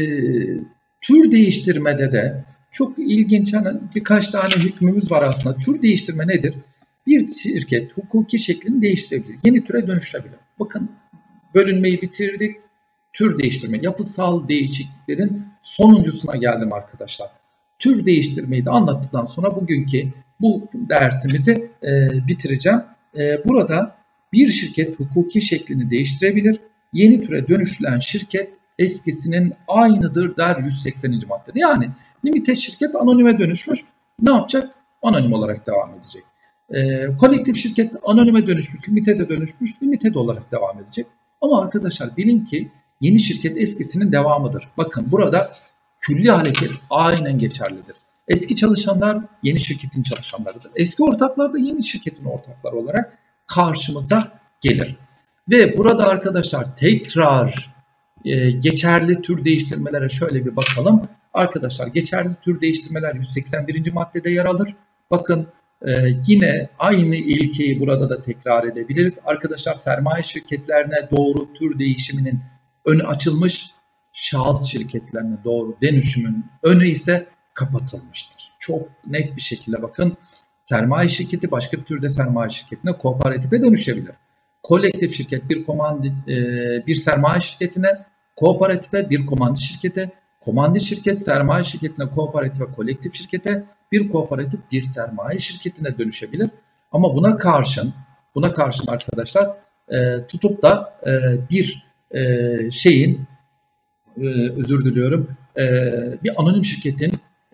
tür değiştirmede de çok ilginç birkaç tane hükmümüz var aslında. Tür değiştirme nedir? Bir şirket hukuki şeklini değiştirebilir. Yeni türe dönüşebilir. Bakın bölünmeyi bitirdik. Tür değiştirme, yapısal değişikliklerin sonuncusuna geldim arkadaşlar. Tür değiştirmeyi de anlattıktan sonra bugünkü bu dersimizi bitireceğim. Burada bir şirket hukuki şeklini değiştirebilir. Yeni türe dönüştürülen şirket eskisinin aynıdır der 180. maddede. Yani limited şirket anonime dönüşmüş. Ne yapacak? Anonim olarak devam edecek. Kolektif şirket anonime dönüşmüş, limited'e dönüşmüş, limited olarak devam edecek. Ama arkadaşlar bilin ki yeni şirket eskisinin devamıdır. Bakın burada külli hareket aynen geçerlidir. Eski çalışanlar yeni şirketin çalışanlarıdır. Eski ortaklar da yeni şirketin ortakları olarak karşımıza gelir. Ve burada arkadaşlar tekrar geçerli tür değiştirmelere şöyle bir bakalım. Arkadaşlar geçerli tür değiştirmeler 181. maddede yer alır. Bakın yine aynı ilkeyi burada da tekrar edebiliriz. Arkadaşlar sermaye şirketlerine doğru tür değişiminin önü açılmış, şahıs şirketlerine doğru dönüşümün önü ise kapatılmıştır. Çok net bir şekilde bakın, sermaye şirketi başka bir türde sermaye şirketine, kooperatife dönüşebilir. Kolektif şirket bir sermaye şirketine, kooperatife bir komandi şirkete, komandi şirket sermaye şirketine, kooperatif ve kolektif şirkete, bir kooperatif bir sermaye şirketine dönüşebilir. Ama buna karşın arkadaşlar tutup da bir şeyin özür diliyorum bir anonim şirketin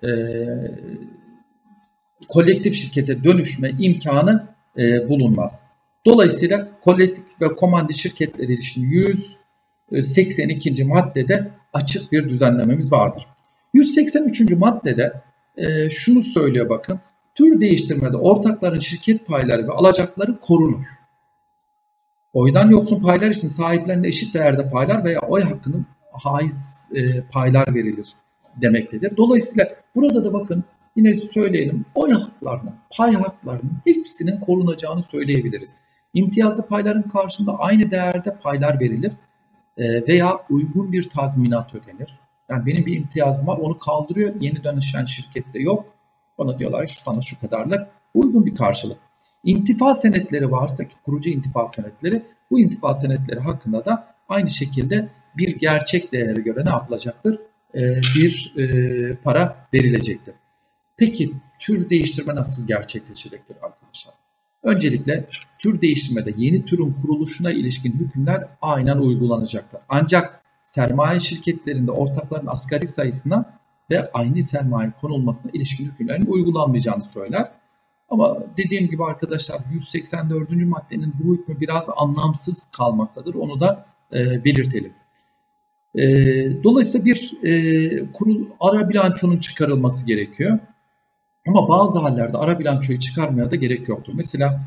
kolektif şirkete dönüşme imkanı bulunmaz. Dolayısıyla kolektif ve komandi şirketlere ilişkin 182. maddede açık bir düzenlememiz vardır. 183. maddede şunu söylüyor bakın. Tür değiştirmede ortakların şirket payları ve alacakları korunur. Oydan yoksun paylar için sahiplerine eşit değerde paylar veya oy hakkının haiz paylar verilir demektedir. Dolayısıyla burada da bakın yine söyleyelim, oy haklarının, pay haklarının hepsinin korunacağını söyleyebiliriz. İmtiyazlı payların karşılığında aynı değerde paylar verilir veya uygun bir tazminat ödenir. Yani benim bir imtiyazım var, onu kaldırıyor, yeni dönüşen şirkette yok. Bana diyorlar ki sana şu kadarlık uygun bir karşılık. İntifa senetleri varsa ki kurucu intifa senetleri, bu intifa senetleri hakkında da aynı şekilde bir gerçek değere göre ne yapılacaktır? Bir para verilecektir. Peki tür değiştirme nasıl gerçekleşecektir arkadaşlar? Öncelikle tür değiştirmede yeni türün kuruluşuna ilişkin hükümler aynen uygulanacaktır. Ancak sermaye şirketlerinde ortakların asgari sayısına ve aynı sermaye konulmasına ilişkin hükümlerin uygulanmayacağını söyler. Ama dediğim gibi arkadaşlar 184. maddenin bu hükmü biraz anlamsız kalmaktadır. Onu da belirtelim. Dolayısıyla bir ara bilançonun çıkarılması gerekiyor. Ama bazı hallerde ara bilançoyu çıkarmaya da gerek yoktur. Mesela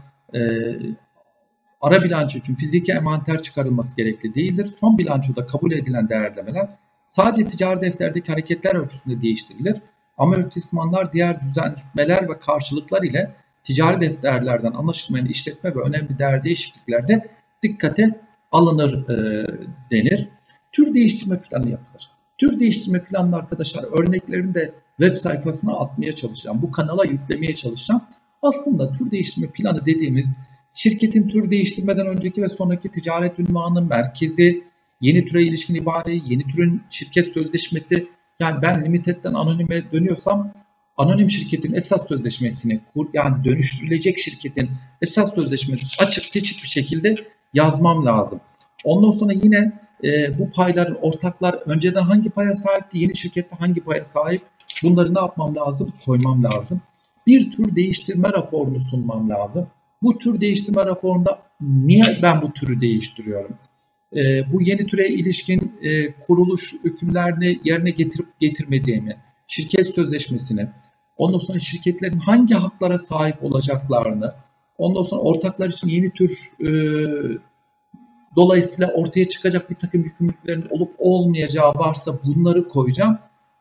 ara bilanço için fiziki envanter çıkarılması gerekli değildir. Son bilançoda kabul edilen değerlemeler sadece ticari defterdeki hareketler ölçüsünde değiştirilir. Amortismanlar, diğer düzenlemeler ve karşılıklar ile ticari defterlerden anlaşılmayan işletme ve önemli değer değişikliklerde dikkate alınır denir. Tür değiştirme planı yapılır. Tür değiştirme planı arkadaşlar örneklerini de web sayfasına atmaya çalışacağım. Bu kanala yüklemeye çalışacağım. Aslında tür değiştirme planı dediğimiz şirketin tür değiştirmeden önceki ve sonraki ticaret ünvanı, merkezi, yeni türe ilişkin ibare, yeni türün şirket sözleşmesi. Yani ben limited'den anonime dönüyorsam anonim şirketin esas sözleşmesini, yani dönüştürülecek şirketin esas sözleşmesini açık seçik bir şekilde yazmam lazım. Ondan sonra yine bu payların ortaklar önceden hangi paya sahipti, yeni şirkette hangi paya sahip, bunları ne yapmam lazım? Koymam lazım. Bir tür değiştirme raporunu sunmam lazım. Bu tür değiştirme raporunda niye ben bu türü değiştiriyorum? Bu yeni türe ilişkin kuruluş hükümlerini yerine getirip getirmediğimi, şirket sözleşmesini, ondan sonra şirketlerin hangi haklara sahip olacaklarını, ondan sonra ortaklar için yeni tür dolayısıyla ortaya çıkacak bir takım yükümlülüklerin olup olmayacağı varsa bunları koyacağım.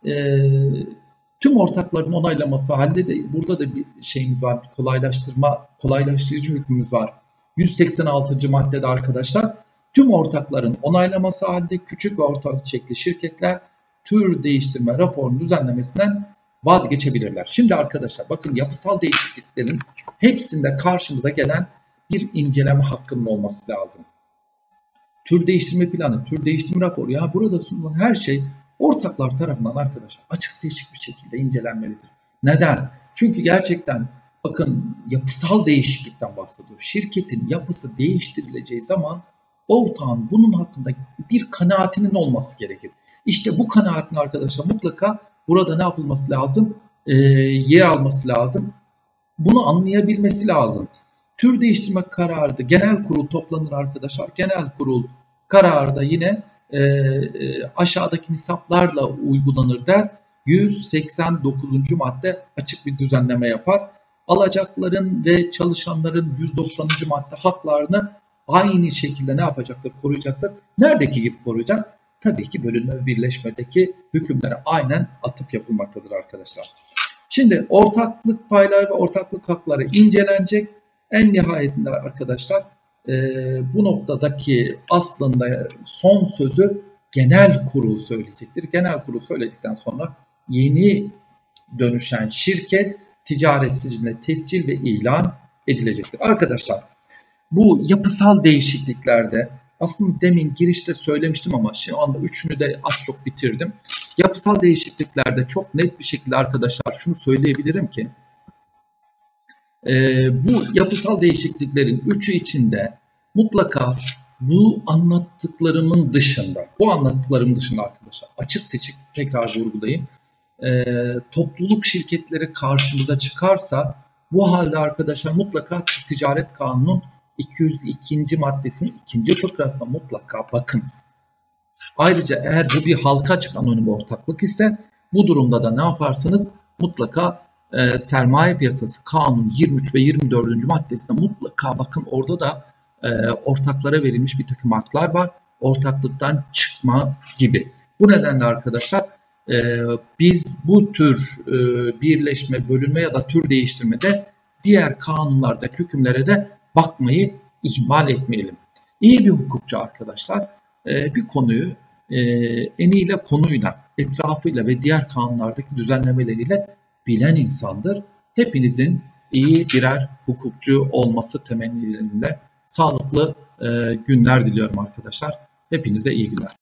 Tüm ortakların onaylaması halinde de burada da bir şeyimiz var, kolaylaştırıcı hükmümüz var. 186. maddede arkadaşlar, tüm ortakların onaylaması halinde küçük ve orta ölçekli şirketler tür değiştirme raporunun düzenlemesinden vazgeçebilirler. Şimdi arkadaşlar bakın, yapısal değişikliklerin hepsinde karşımıza gelen bir inceleme hakkının olması lazım. Tür değiştirme planı, tür değiştirme raporu, ya burada sunulan her şey ortaklar tarafından arkadaşlar açık seçik bir şekilde incelenmelidir. Neden? Çünkü gerçekten bakın yapısal değişiklikten bahsediyor. Şirketin yapısı değiştirileceği zaman ortağın bunun hakkında bir kanaatinin olması gerekir. İşte bu kanaatin arkadaşlar mutlaka burada ne yapılması lazım? Yer alması lazım. Bunu anlayabilmesi lazım. Tür değiştirme kararı da genel kurul toplanır arkadaşlar. Genel kurul kararı da yine aşağıdaki nisaplarla uygulanır der. 189. madde açık bir düzenleme yapar. Alacakların ve çalışanların 190. madde haklarını aynı şekilde ne yapacaktır? Koruyacaktır. Neredeki gibi koruyacak? tabii ki bölünme ve birleşmedeki hükümlere aynen atıf yapılmaktadır arkadaşlar. Şimdi ortaklık payları ve ortaklık hakları incelenecek. En nihayetinde arkadaşlar bu noktadaki aslında son sözü genel kurul söyleyecektir. Genel kurul söyledikten sonra yeni dönüşen şirket ticaret siciline tescil ve ilan edilecektir. Arkadaşlar bu yapısal değişikliklerde aslında demin girişte söylemiştim ama şu anda üçünü de az çok bitirdim. Yapısal değişikliklerde çok net bir şekilde arkadaşlar şunu söyleyebilirim ki bu yapısal değişikliklerin üçü içinde mutlaka bu anlattıklarımın dışında arkadaşlar açık seçik tekrar vurgulayayım. Topluluk şirketleri karşımıza çıkarsa bu halde arkadaşlar mutlaka Ticaret Kanunu'nun 202. maddesinin 2. fıkrasına mutlaka bakınız. Ayrıca eğer bu bir halka açık anonim ortaklık ise bu durumda da ne yaparsınız? Mutlaka Sermaye Piyasası Kanunu 23 ve 24. maddesine mutlaka bakın. Orada da ortaklara verilmiş bir takım haklar var. Ortaklıktan çıkma gibi. Bu nedenle arkadaşlar biz bu tür birleşme, bölünme ya da tür değiştirmede diğer kanunlardaki hükümlere de bakmayı ihmal etmeyelim. İyi bir hukukçu arkadaşlar bir konuyu eniyle, konuyla, etrafıyla ve diğer kanunlardaki düzenlemeleriyle bilen insandır. Hepinizin iyi birer hukukçu olması temennilerinde sağlıklı günler diliyorum arkadaşlar. Hepinize iyi günler.